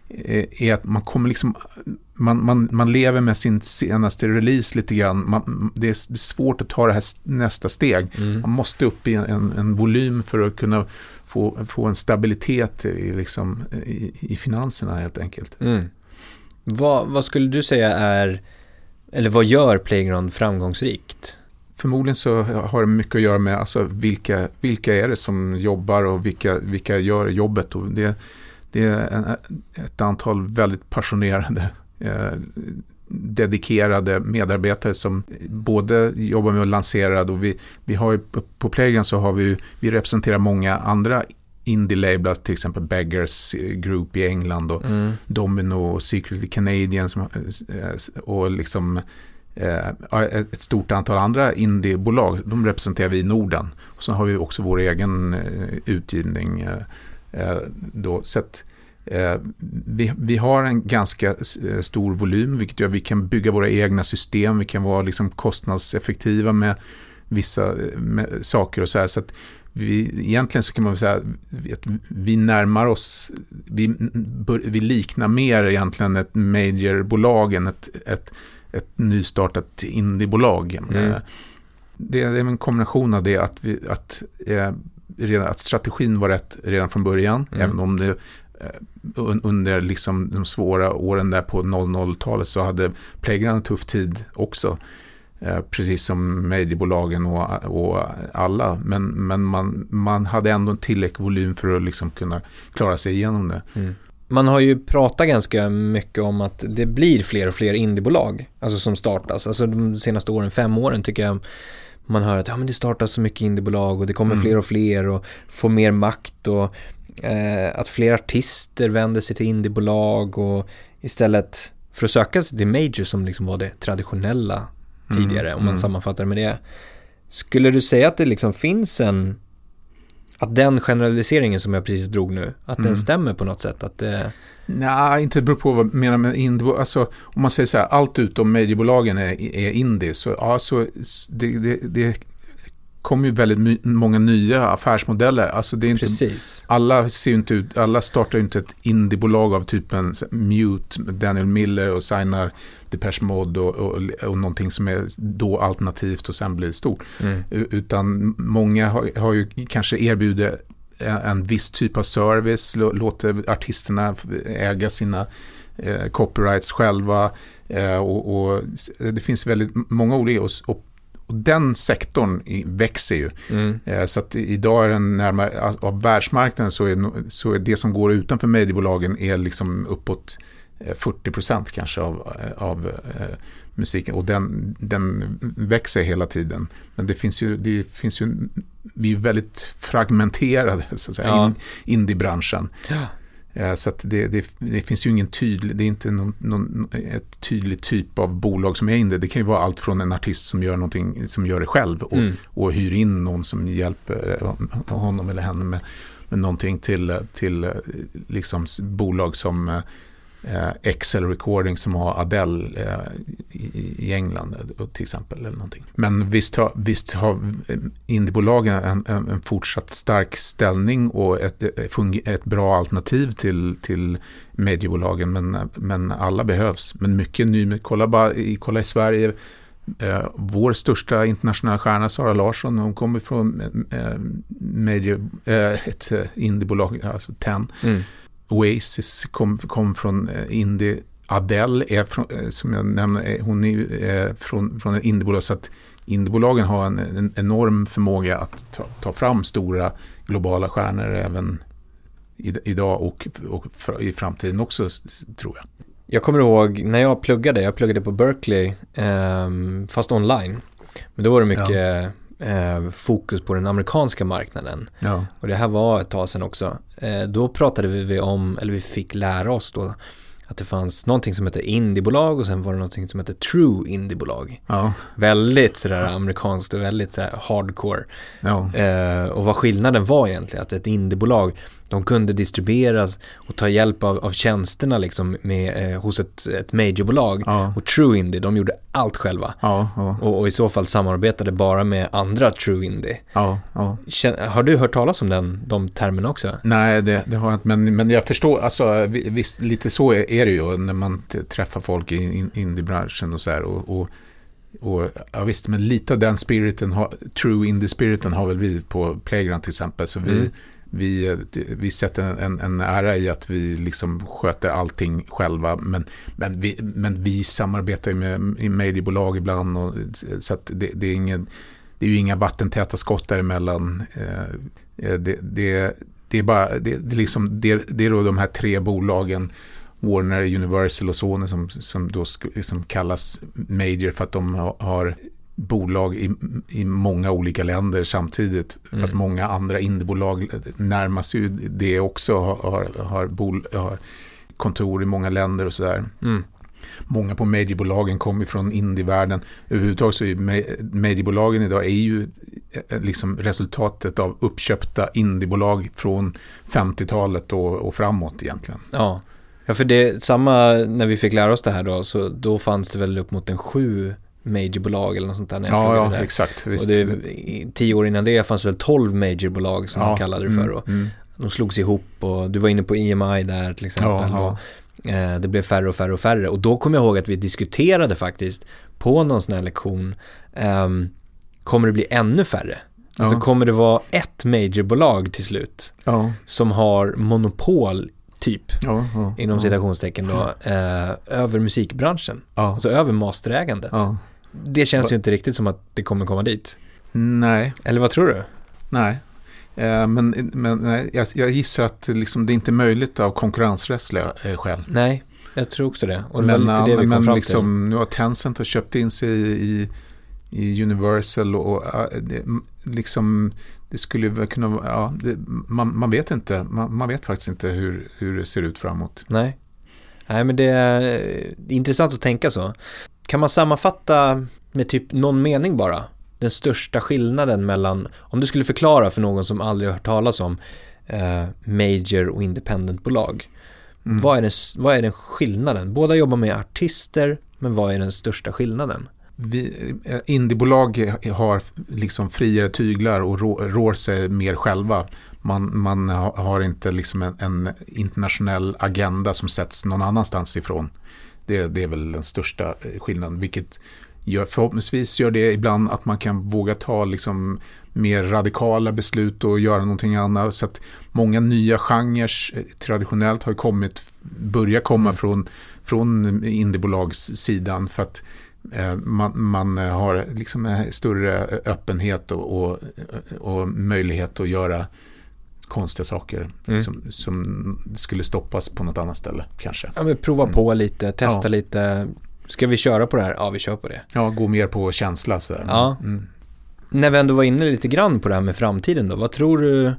är att man kommer liksom man, man, man lever med sin senaste release lite grann. Man, det, är, det är svårt att ta det här nästa steg. Mm. Man måste upp i en, en, en volym för att kunna få, få en stabilitet i, liksom, i, i finanserna helt enkelt. Mm. Vad, vad skulle du säga är, eller vad gör Playground framgångsrikt? Förmodligen så har det mycket att göra med alltså, vilka, vilka är det som jobbar och vilka, vilka gör jobbet. Och det Det är en, ett antal väldigt passionerade, eh, dedikerade medarbetare som både jobbar med att lansera. Och vi, vi har ju, på Playground så har vi, vi representerar många andra indie-lablar, till exempel Beggars Group i England och mm. Domino och Secretly Canadian som, och liksom eh, ett stort antal andra indiebolag. De representerar vi i Norden. Och så har vi också vår egen eh, utgivning eh, Då, så att, eh, vi, vi har en ganska stor volym, vilket gör att vi kan bygga våra egna system, vi kan vara liksom kostnadseffektiva med vissa med saker och så här, så att vi, egentligen så kan man säga att vi närmar oss, vi, vi liknar mer egentligen ett majorbolag än ett, ett, ett nystartat indiebolag. Mm. Det är en kombination av det att vi, att eh, redan, att strategin var rätt redan från början, mm. även om det eh, under liksom de svåra åren där på noll noll-talet så hade Playground en tuff tid också, eh, precis som mediebolagen och, och alla, men, men man, man hade ändå en tillräcklig volym för att liksom kunna klara sig igenom det. Mm. Man har ju pratat ganska mycket om att det blir fler och fler indiebolag, alltså som startas. Alltså de senaste åren, fem åren tycker jag man hör att ja, men det startas så mycket indiebolag och det kommer mm. fler och fler och får mer makt och eh, att fler artister vänder sig till indiebolag och istället för att söka sig till major som liksom var det traditionella tidigare, mm. om man mm. sammanfattar med det. Skulle du säga att det liksom finns en, att den generaliseringen som jag precis drog nu, att mm. den stämmer på något sätt? Att det... Nej, inte beror på vad jag menar med indiebolag. Alltså, om man säger så här, allt utom mediebolagen är, är indie, så, ja, så det, det, det kommer ju väldigt my- många nya affärsmodeller. Alltså, det är inte, precis. Alla ser ju inte ut, alla startar ju inte ett indiebolag av typen Mute, Daniel Miller och signar Depeche Mode och, och, och någonting som är då alternativt och sen blir stort. Mm. Utan många har, har ju kanske erbjudit en viss typ av service, låter artisterna äga sina eh, copyrights själva eh, och, och det finns väldigt många olika och, och, och den sektorn i, växer ju. Mm. Eh, så att idag är den närmare av världsmarknaden så är, så är det som går utanför mediebolagen är liksom uppåt fyrtio procent kanske av, av eh, musiken och den, den växer hela tiden. Men det finns ju, det finns ju vi är väldigt fragmenterade så att säga, ja. in, indiebranschen. Ja. Eh, så att det, det, det finns ju ingen tydlig, det är inte någon, någon ett tydligt typ av bolag som är indie. Det kan ju vara allt från en artist som gör någonting, som gör det själv och, mm. och hyr in någon som hjälper honom eller henne med, med någonting till, till liksom bolag som Eh, Excel Recording som har Adele eh, i, i England till exempel eller någonting. Men visst har, visst har indiebolagen en, en, en fortsatt stark ställning och ett, ett bra alternativ till, till mediebolagen, men, men alla behövs. Men mycket ny, kolla, bara, kolla i Sverige, Eh, vår största internationella stjärna Sara Larsson, hon kommer från eh, major, eh, ett indiebolag, alltså Ten. Mm. Oasis kom, kom från eh, indie. Adele är från, eh, som jag nämnde, hon är eh, från, från ett indiebolag, så att indiebolagen har en, en enorm förmåga att ta, ta fram stora globala stjärnor även i, idag och, och i framtiden också, tror jag. Jag kommer ihåg när jag pluggade, jag pluggade på Berkeley, eh, fast online. Men då var det mycket ja. eh, fokus på den amerikanska marknaden. Ja. Och det här var ett tag sedan också. Eh, då pratade vi om, eller vi fick lära oss då, att det fanns någonting som heter indiebolag och sen var det någonting som heter true indiebolag. Ja. Väldigt sådär amerikanskt och väldigt sådär hardcore. Ja. Eh, och vad skillnaden var egentligen, att ett indiebolag, de kunde distribueras och ta hjälp av, av tjänsterna liksom med, eh, hos ett, ett majorbolag. Ja. Och true indie, de gjorde allt själva. Ja, ja. Och, och i så fall samarbetade bara med andra true indie. Ja, ja. Har du hört talas om den, de termerna också? Nej, det, det har jag inte. Men, men jag förstår, alltså visst, lite så är, är det ju när man t- träffar folk i in, indiebranschen och så här. Och, och, och ja, visst, men lite av den spiriten, har, true indie-spiriten har väl vi på Playground till exempel. Så vi... Mm. Vi, vi sätter en, en ära i att vi liksom sköter allting själva, men, men, vi, men vi samarbetar ju med, med mediebolag ibland, och, så att det, det, är ingen, det är ju inga vattentäta skott däremellan. Eh, det, det, det är bara det, det, liksom, det, det är då de här tre bolagen, Warner, Universal och Sony, som, som då som kallas major för att de har, har bolag i, i många olika länder samtidigt, mm. fast många andra indiebolag närmar sig det också, har, har, har, bol, har kontor i många länder och sådär. Mm. Många på mediebolagen kommer från indievärlden. Överhuvudtaget så är mediebolagen idag är ju liksom resultatet av uppköpta indiebolag från femtiotalet och, och framåt egentligen. Ja. Ja, för det samma när vi fick lära oss det här då, så då fanns det väl upp mot en sju majorbolag eller något sånt där. När ja, ja exakt. Visst. Och det, tio år innan det fanns väl tolv majorbolag som ja, man kallade det för. Och mm, mm. De slogs ihop och du var inne på E M I där till exempel. Ja, och, eh, det blev färre och färre och färre. Och då kommer jag ihåg att vi diskuterade faktiskt på någon sån här lektion, eh, kommer det bli ännu färre? Alltså ja. Kommer det vara ett majorbolag till slut ja. Som har monopol typ, ja, ja, inom citationstecken då, eh, över musikbranschen. Ja. Alltså över masterägandet. Ja. Det känns Va? ju inte riktigt som att det kommer komma dit. Nej. Eller vad tror du? Nej. Eh, men men nej, jag, jag gissar att liksom, det är inte möjligt av konkurrensrättsliga eh, skäl. Nej, jag tror också det. Och men det, det vi men liksom, nu har Tencent har köpt in sig i, i Universal och, och det, liksom... Det skulle väl kunna vara, ja, det, man, man vet inte, man, man vet faktiskt inte hur, hur det ser ut framåt. Nej. Nej, men det är, det är intressant att tänka så. Kan man sammanfatta med typ någon mening bara, den största skillnaden mellan, om du skulle förklara för någon som aldrig har hört talas om eh, major och independent-bolag, mm. vad är den, vad är den skillnaden? Båda jobbar med artister, men vad är den största skillnaden? Vi, indiebolag har liksom friare tyglar och rå, rår sig mer själva. Man, man har inte liksom en, en internationell agenda som sätts någon annanstans ifrån. Det, det är väl den största skillnaden, vilket gör, förhoppningsvis gör det ibland att man kan våga ta liksom mer radikala beslut och göra någonting annat. Så att många nya genrer traditionellt har kommit, börjar komma mm. från, från indiebolagssidan, för att Man, man har liksom större öppenhet och, och, och möjlighet att göra konstiga saker mm. som, som skulle stoppas på något annat ställe kanske. Ja, men prova mm. på lite, testa ja. lite. Ska vi köra på det här? Ja, vi kör på det. Ja, gå mer på känsla. Så här. Ja. Mm. När vi ändå var inne lite grann på det här med framtiden då, vad tror du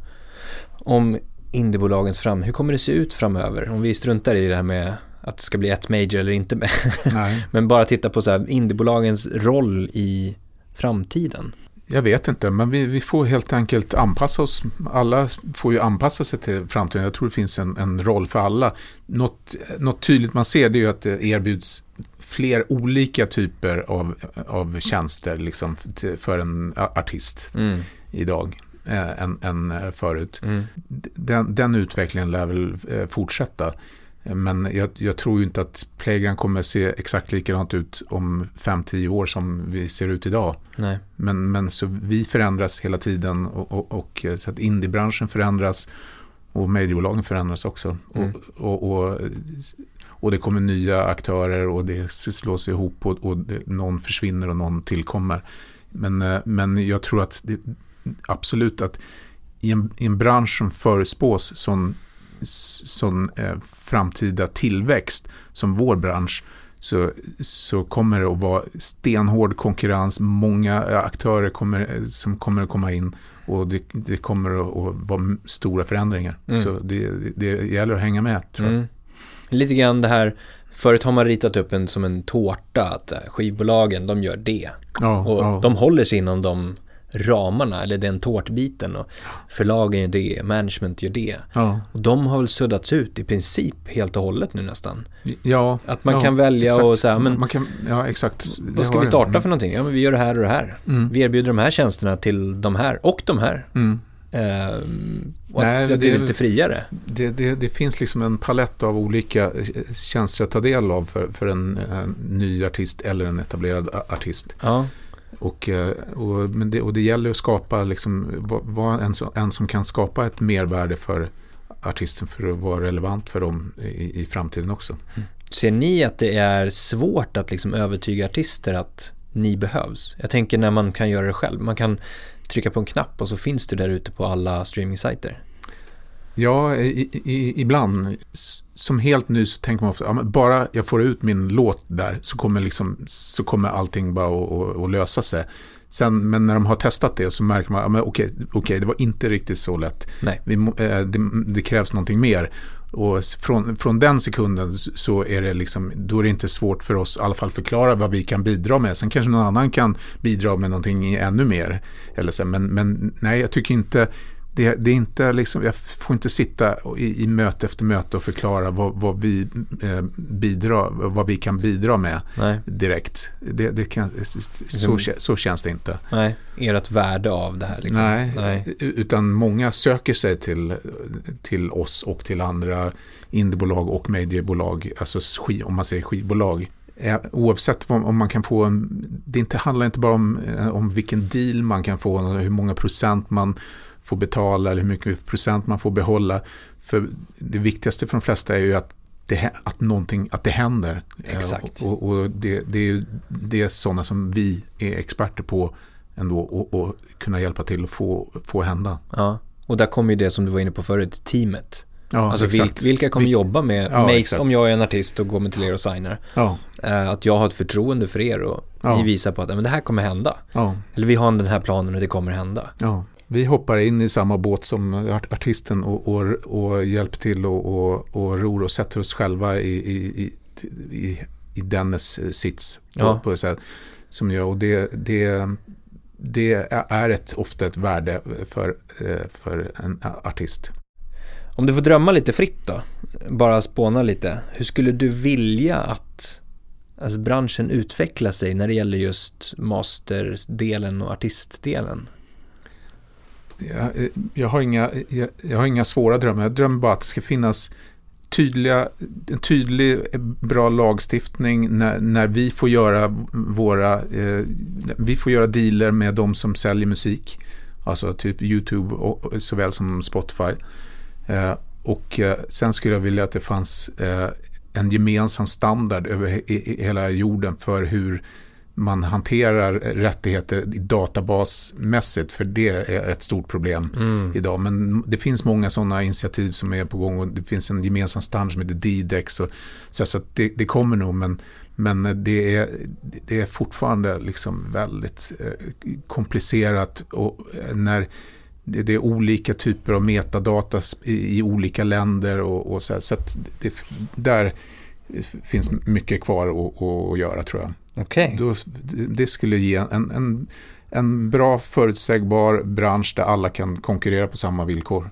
om indiebolagens fram? Hur kommer det se ut framöver? Om vi struntar i det här med att det ska bli ett major eller inte. Nej. Men bara titta på så här, indiebolagens roll i framtiden. Jag vet inte, men vi, vi får helt enkelt anpassa oss. Alla får ju anpassa sig till framtiden. Jag tror det finns en, en roll för alla. Något, något tydligt man ser, det är ju att det erbjuds fler olika typer av, av tjänster liksom, till, för en artist mm. idag än, än förut. Mm. Den, den utvecklingen lär väl fortsätta. Men jag, jag tror ju inte att Playground kommer se exakt likadant ut om fem till tio år som vi ser ut idag. Nej. Men, men så vi förändras hela tiden och, och, och så att indiebranschen förändras och mediebolagen förändras också. Mm. Och, och, och, och det kommer nya aktörer och det slås ihop och, och det, någon försvinner och någon tillkommer. Men, men jag tror att det, absolut att i en, i en bransch som förespås sån, sån eh, framtida tillväxt som vår bransch, så, så kommer det att vara stenhård konkurrens, många aktörer kommer, som kommer att komma in och det, det kommer att vara stora förändringar. Mm. Så det, det gäller att hänga med, tror jag. Mm. Lite grann det här, förut har man ritat upp en som en tårta, att skivbolagen, de gör det. Ja, och ja. De håller sig inom de ramarna, eller den tårtbiten, och förlagen gör det, management gör det. Ja. Och de har väl suddats ut i princip helt och hållet nu nästan. Ja. Att man ja, kan välja exakt. och säga, men man kan, ja, exakt. vad ska vi starta mm. för någonting? Ja, men vi gör det här och det här. Mm. Vi erbjuder de här tjänsterna till de här och de här. Mm. Ehm, och Nej, att det, det är lite friare. Det, det, det finns liksom en palett av olika tjänster att ta del av för, för en, en ny artist eller en etablerad artist. Ja. Och, och, men det, och det gäller att skapa liksom, vad, en, en som kan skapa ett mervärde för artisten för att vara relevant för dem i, i framtiden också. Mm. Ser ni att det är svårt att liksom övertyga artister att ni behövs? Jag tänker när man kan göra det själv. Man kan trycka på en knapp och så finns du där ute på alla streamingsajter. Ja, i, i, ibland. Som helt ny så tänker man ofta, ja, men bara jag får ut min låt där så kommer, liksom, så kommer allting bara att, att, att lösa sig. Sen, men när de har testat det så märker man, ja, men okej, okej, det var inte riktigt så lätt. Nej. Vi, det, det krävs någonting mer. Och från, från den sekunden så är det liksom, då är det inte svårt för oss i alla fall förklara vad vi kan bidra med. Sen kanske någon annan kan bidra med någonting ännu mer. Eller så, men, men nej, jag tycker inte det, det är inte liksom, jag får inte sitta i, i möte efter möte och förklara vad, vad vi eh, bidrar, vad vi kan bidra med. Nej. Direkt. Det, det kan, så, så känns det inte. Nej, ert värde av det här liksom. Nej, Nej. Utan många söker sig till, till oss och till andra indiebolag och mediebolag, alltså sk, om man säger skivbolag. Oavsett om, om man kan få en, det inte handlar inte bara om, om vilken deal man kan få, hur många procent man får betala eller hur mycket procent man får behålla. För det viktigaste för de flesta är ju att det, att någonting, att det händer. Exakt. Och, och det, det är ju det är sådana som vi är experter på ändå och, och kunna hjälpa till att få, få hända. Ja, och där kommer ju det som du var inne på förut, teamet. Ja, alltså vilka, vilka kommer Vi, jobba med ja, mig exakt. Om jag är en artist och går med till er och signar. Ja. Uh, att jag har ett förtroende för er och ja. ni visar på att men det här kommer hända. Ja. Eller vi har den här planen och det kommer hända. Ja. Vi hoppar in i samma båt som artisten och, och, och hjälper till och, och, och ror och sätter oss själva i, i, i, i dennes sits. Ja. På, på så här, som gör, och det, det, det är ett, ofta ett värde för, för en artist. Om du får drömma lite fritt då, bara spåna lite. Hur skulle du vilja att alltså, branschen utvecklar sig när det gäller just masterdelen och artistdelen? Jag, jag, har inga, jag, jag har inga svåra drömmar. Jag drömmer bara att det ska finnas tydliga, en tydlig, bra lagstiftning när, när vi får göra våra eh, vi får göra dealer med de som säljer musik. Alltså typ YouTube och, såväl som Spotify. Eh, och eh, sen skulle jag vilja att det fanns eh, en gemensam standard över he, i, hela jorden för hur man hanterar rättigheter databasmässigt, för det är ett stort problem mm. idag. Men det finns många sådana initiativ som är på gång och det finns en gemensam standard som heter D-Dex och så att det, det kommer nog, men, men det, är, det är fortfarande liksom väldigt eh, komplicerat och när det, det är olika typer av metadata i, i olika länder och, och så, här, så att det, där finns mycket kvar att, att göra, tror jag. Okay. Då, det skulle ge en, en, en bra förutsägbar bransch där alla kan konkurrera på samma villkor.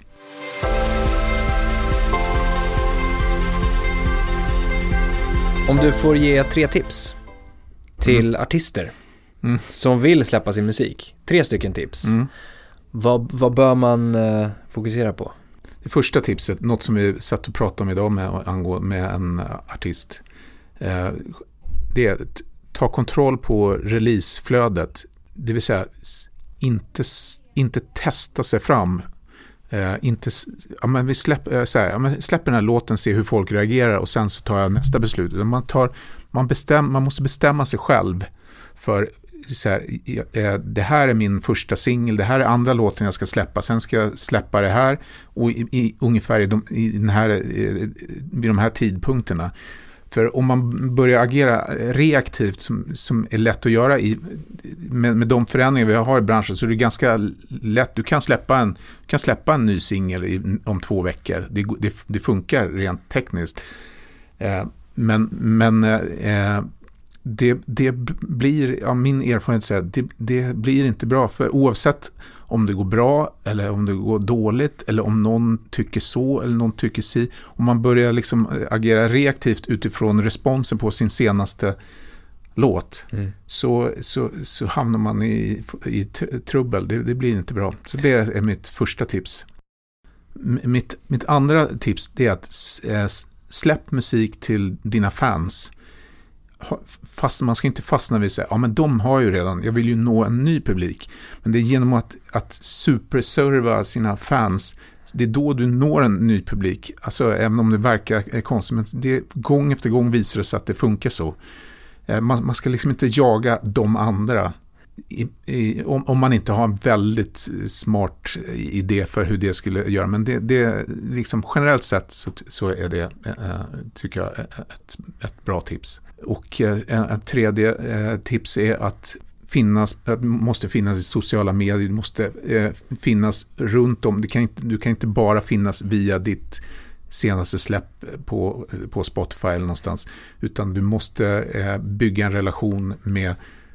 Om du får ge tre tips till mm. artister mm. som vill släppa sin musik, tre stycken tips, mm. vad, vad bör man uh, fokusera på? det första tipset, något som vi satt och pratade om idag med, angå, med en artist, eh, det är att ta kontroll på releaseflödet. Det vill säga inte, inte testa sig fram. Eh, inte, ja, men vi släpp, eh, så här, ja, men släpper den här låten, se hur folk reagerar och sen så tar jag nästa beslut. Man, tar, man, bestäm, man måste bestämma sig själv för så här, eh, det här är min första singel, det här är andra låten jag ska släppa, sen ska jag släppa det här och i, i, ungefär i de, i den här, i, vid de här tidpunkterna. För om man börjar agera reaktivt som, som är lätt att göra i, med, med de förändringar vi har i branschen, så är det ganska lätt. Du kan släppa en, kan släppa en ny singel om två veckor. Det, det, det funkar rent tekniskt. Eh, men men eh, det, det blir, ja, min erfarenhet säger att det, det blir inte bra. För oavsett om det går bra eller om det går dåligt eller om någon tycker så eller någon tycker si, om man börjar liksom agera reaktivt utifrån responsen på sin senaste låt, mm. så, så, så hamnar man i, i trubbel. Det, det blir inte bra. Så det är mitt första tips. Mitt, mitt andra tips, det är att släpp musik till dina fans. Fast man ska inte fastna vid sig, ja men de har ju redan, jag vill ju nå en ny publik. Men det är genom att, att superserva sina fans, det är då du når en ny publik. Alltså även om det verkar konstigt, men det, gång efter gång visar det sig att det funkar så. Man, man ska liksom inte jaga de andra. I, i, om, om man inte har en väldigt smart idé för hur det skulle göra. Men det, det liksom generellt sett så, så är det, äh, tycker jag, ett, ett bra tips. Och äh, ett tredje äh, tips är att finnas, att måste finnas i sociala medier, det måste äh, finnas runt om. Det kan inte, du kan inte bara finnas via ditt senaste släpp på, på Spotify eller någonstans, utan du måste äh, bygga en relation med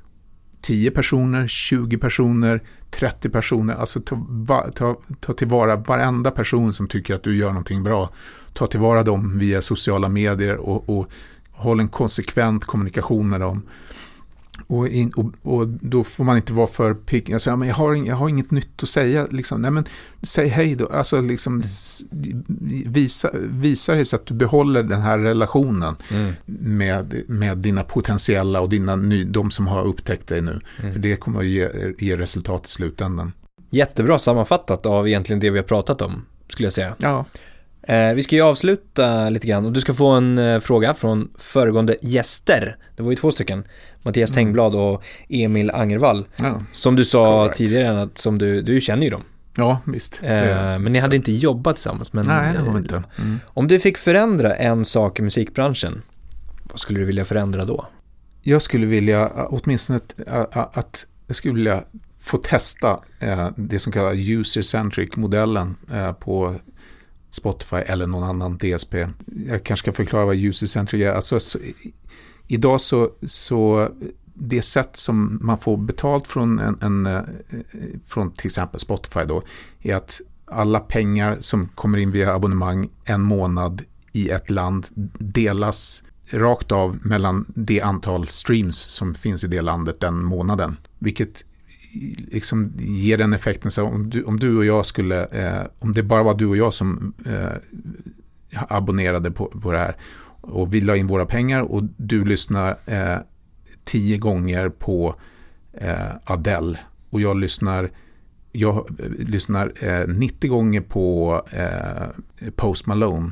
tio personer, tjugo personer, trettio personer. Alltså ta, va, ta, ta tillvara varenda person som tycker att du gör någonting bra. Ta tillvara dem via sociala medier och, och håll en konsekvent kommunikation med dem. Och, in, och, och då får man inte vara för pigg. Alltså, ja, men jag, har, jag har inget nytt att säga. Liksom. Nej, men säg hej då. Alltså, liksom, mm. visa, visa det så att du behåller den här relationen mm. med, med dina potentiella och dina ny, de som har upptäckt dig nu. Mm. För det kommer att ge, ge resultat i slutändan. Jättebra sammanfattat av egentligen det vi har pratat om, skulle jag säga. Ja. Eh, vi ska ju avsluta lite grann och du ska få en eh, fråga från föregående gäster. Det var ju två stycken. Mattias mm. Tengblad och Emil Angervall. Ja. Som du sa Correct. tidigare, att som du, du känner ju dem. Ja, visst. Eh, men ni hade inte jobbat tillsammans. Men, Nej, det har vi inte. Mm. Om du fick förändra en sak i musikbranschen, vad skulle du vilja förändra då? Jag skulle vilja, åtminstone att, att jag skulle vilja få testa eh, det som kallas user-centric-modellen eh, på Spotify eller någon annan D S P. Jag kanske ska förklara vad user-centric är. Alltså, så, idag så, så det sätt som man får betalt från, en, en, från till exempel Spotify då, är att alla pengar som kommer in via abonnemang en månad i ett land delas rakt av mellan det antal streams som finns i det landet den månaden. Vilket liksom ger den effekten så om du, om du och jag skulle eh, om det bara var du och jag som eh, abonnerade på, på det här och vi la in våra pengar och du lyssnar eh, tio gånger på eh, Adele och jag lyssnar jag eh, lyssnar eh, nittio gånger på eh, Post Malone,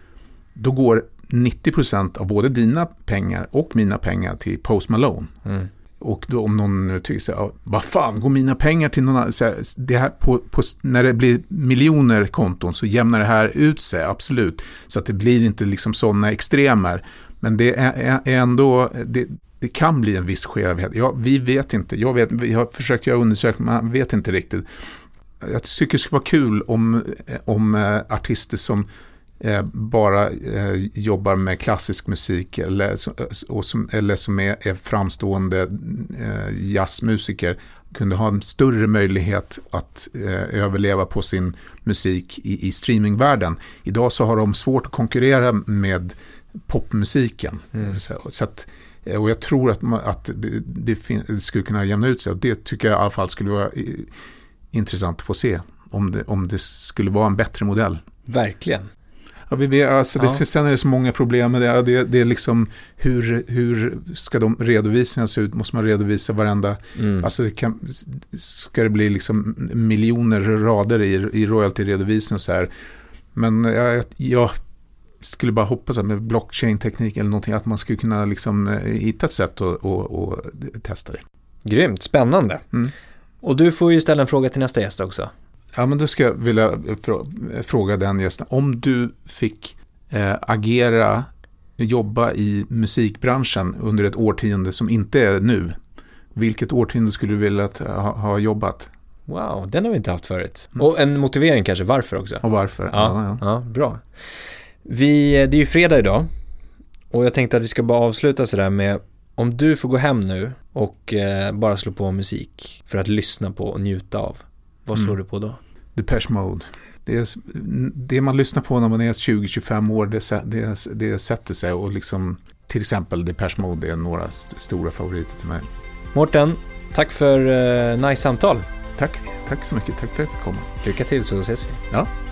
då går nittio procent av både dina pengar och mina pengar till Post Malone. Mm. Och då om någon tycker så här, vad fan, går mina pengar till någon så här, det här på, på, när det blir miljoner konton så jämnar det här ut sig, absolut. Så att det blir inte liksom sådana extremer. Men det är, är, är ändå, det, det kan bli en viss skevhet. Ja, vi vet inte, jag vet, vi har försökt göra undersökningar, man vet inte riktigt. Jag tycker det skulle vara kul om, om artister som Eh, bara eh, jobbar med klassisk musik eller, och som, eller som är, är framstående eh, jazzmusiker kunde ha en större möjlighet att eh, överleva på sin musik i, i streamingvärlden. Idag så har de svårt att konkurrera med popmusiken. Mm. Så, så att, och jag tror att, man, att det, det, fin- det skulle kunna jämna ut sig och det tycker jag i alla fall skulle vara i, intressant att få se om det, om det skulle vara en bättre modell. Verkligen. Ja, vi vet, alltså det, ja. Sen är det så många problem med det. Det, det är liksom hur, hur ska de redovisningarna se ut? Måste man redovisa varenda... Mm. Alltså det kan, ska det bli liksom miljoner rader i, i royalty-redovisning och så här. Men jag, jag skulle bara hoppas att med blockchain-teknik eller någonting att man skulle kunna liksom hitta ett sätt att och, och testa det. Grymt, spännande. Mm. Och du får ju ställa en fråga till nästa gäst också. Ja, men då ska jag vilja fråga den gästen. Om du fick eh, agera, jobba i musikbranschen under ett årtionde som inte är nu, vilket årtionde skulle du vilja att, ha, ha jobbat? Wow, den har vi inte haft förut. Mm. Och en motivering kanske, varför också? Och varför, ja. ja, ja. ja bra. Vi, det är ju fredag idag och jag tänkte att vi ska bara avsluta sådär med om du får gå hem nu och eh, bara slå på musik för att lyssna på och njuta av. Vad slår mm. du på då? Depeche Mode. Det, är, det man lyssnar på när man är tjugo till tjugofem år, det, det, det sätter sig och liksom, till exempel Depeche Mode är några st- stora favoriter till mig. Mårten, tack för uh, nice samtal. Tack, tack så mycket. Tack för att jag fick komma. Lycka till så ses vi. Ja.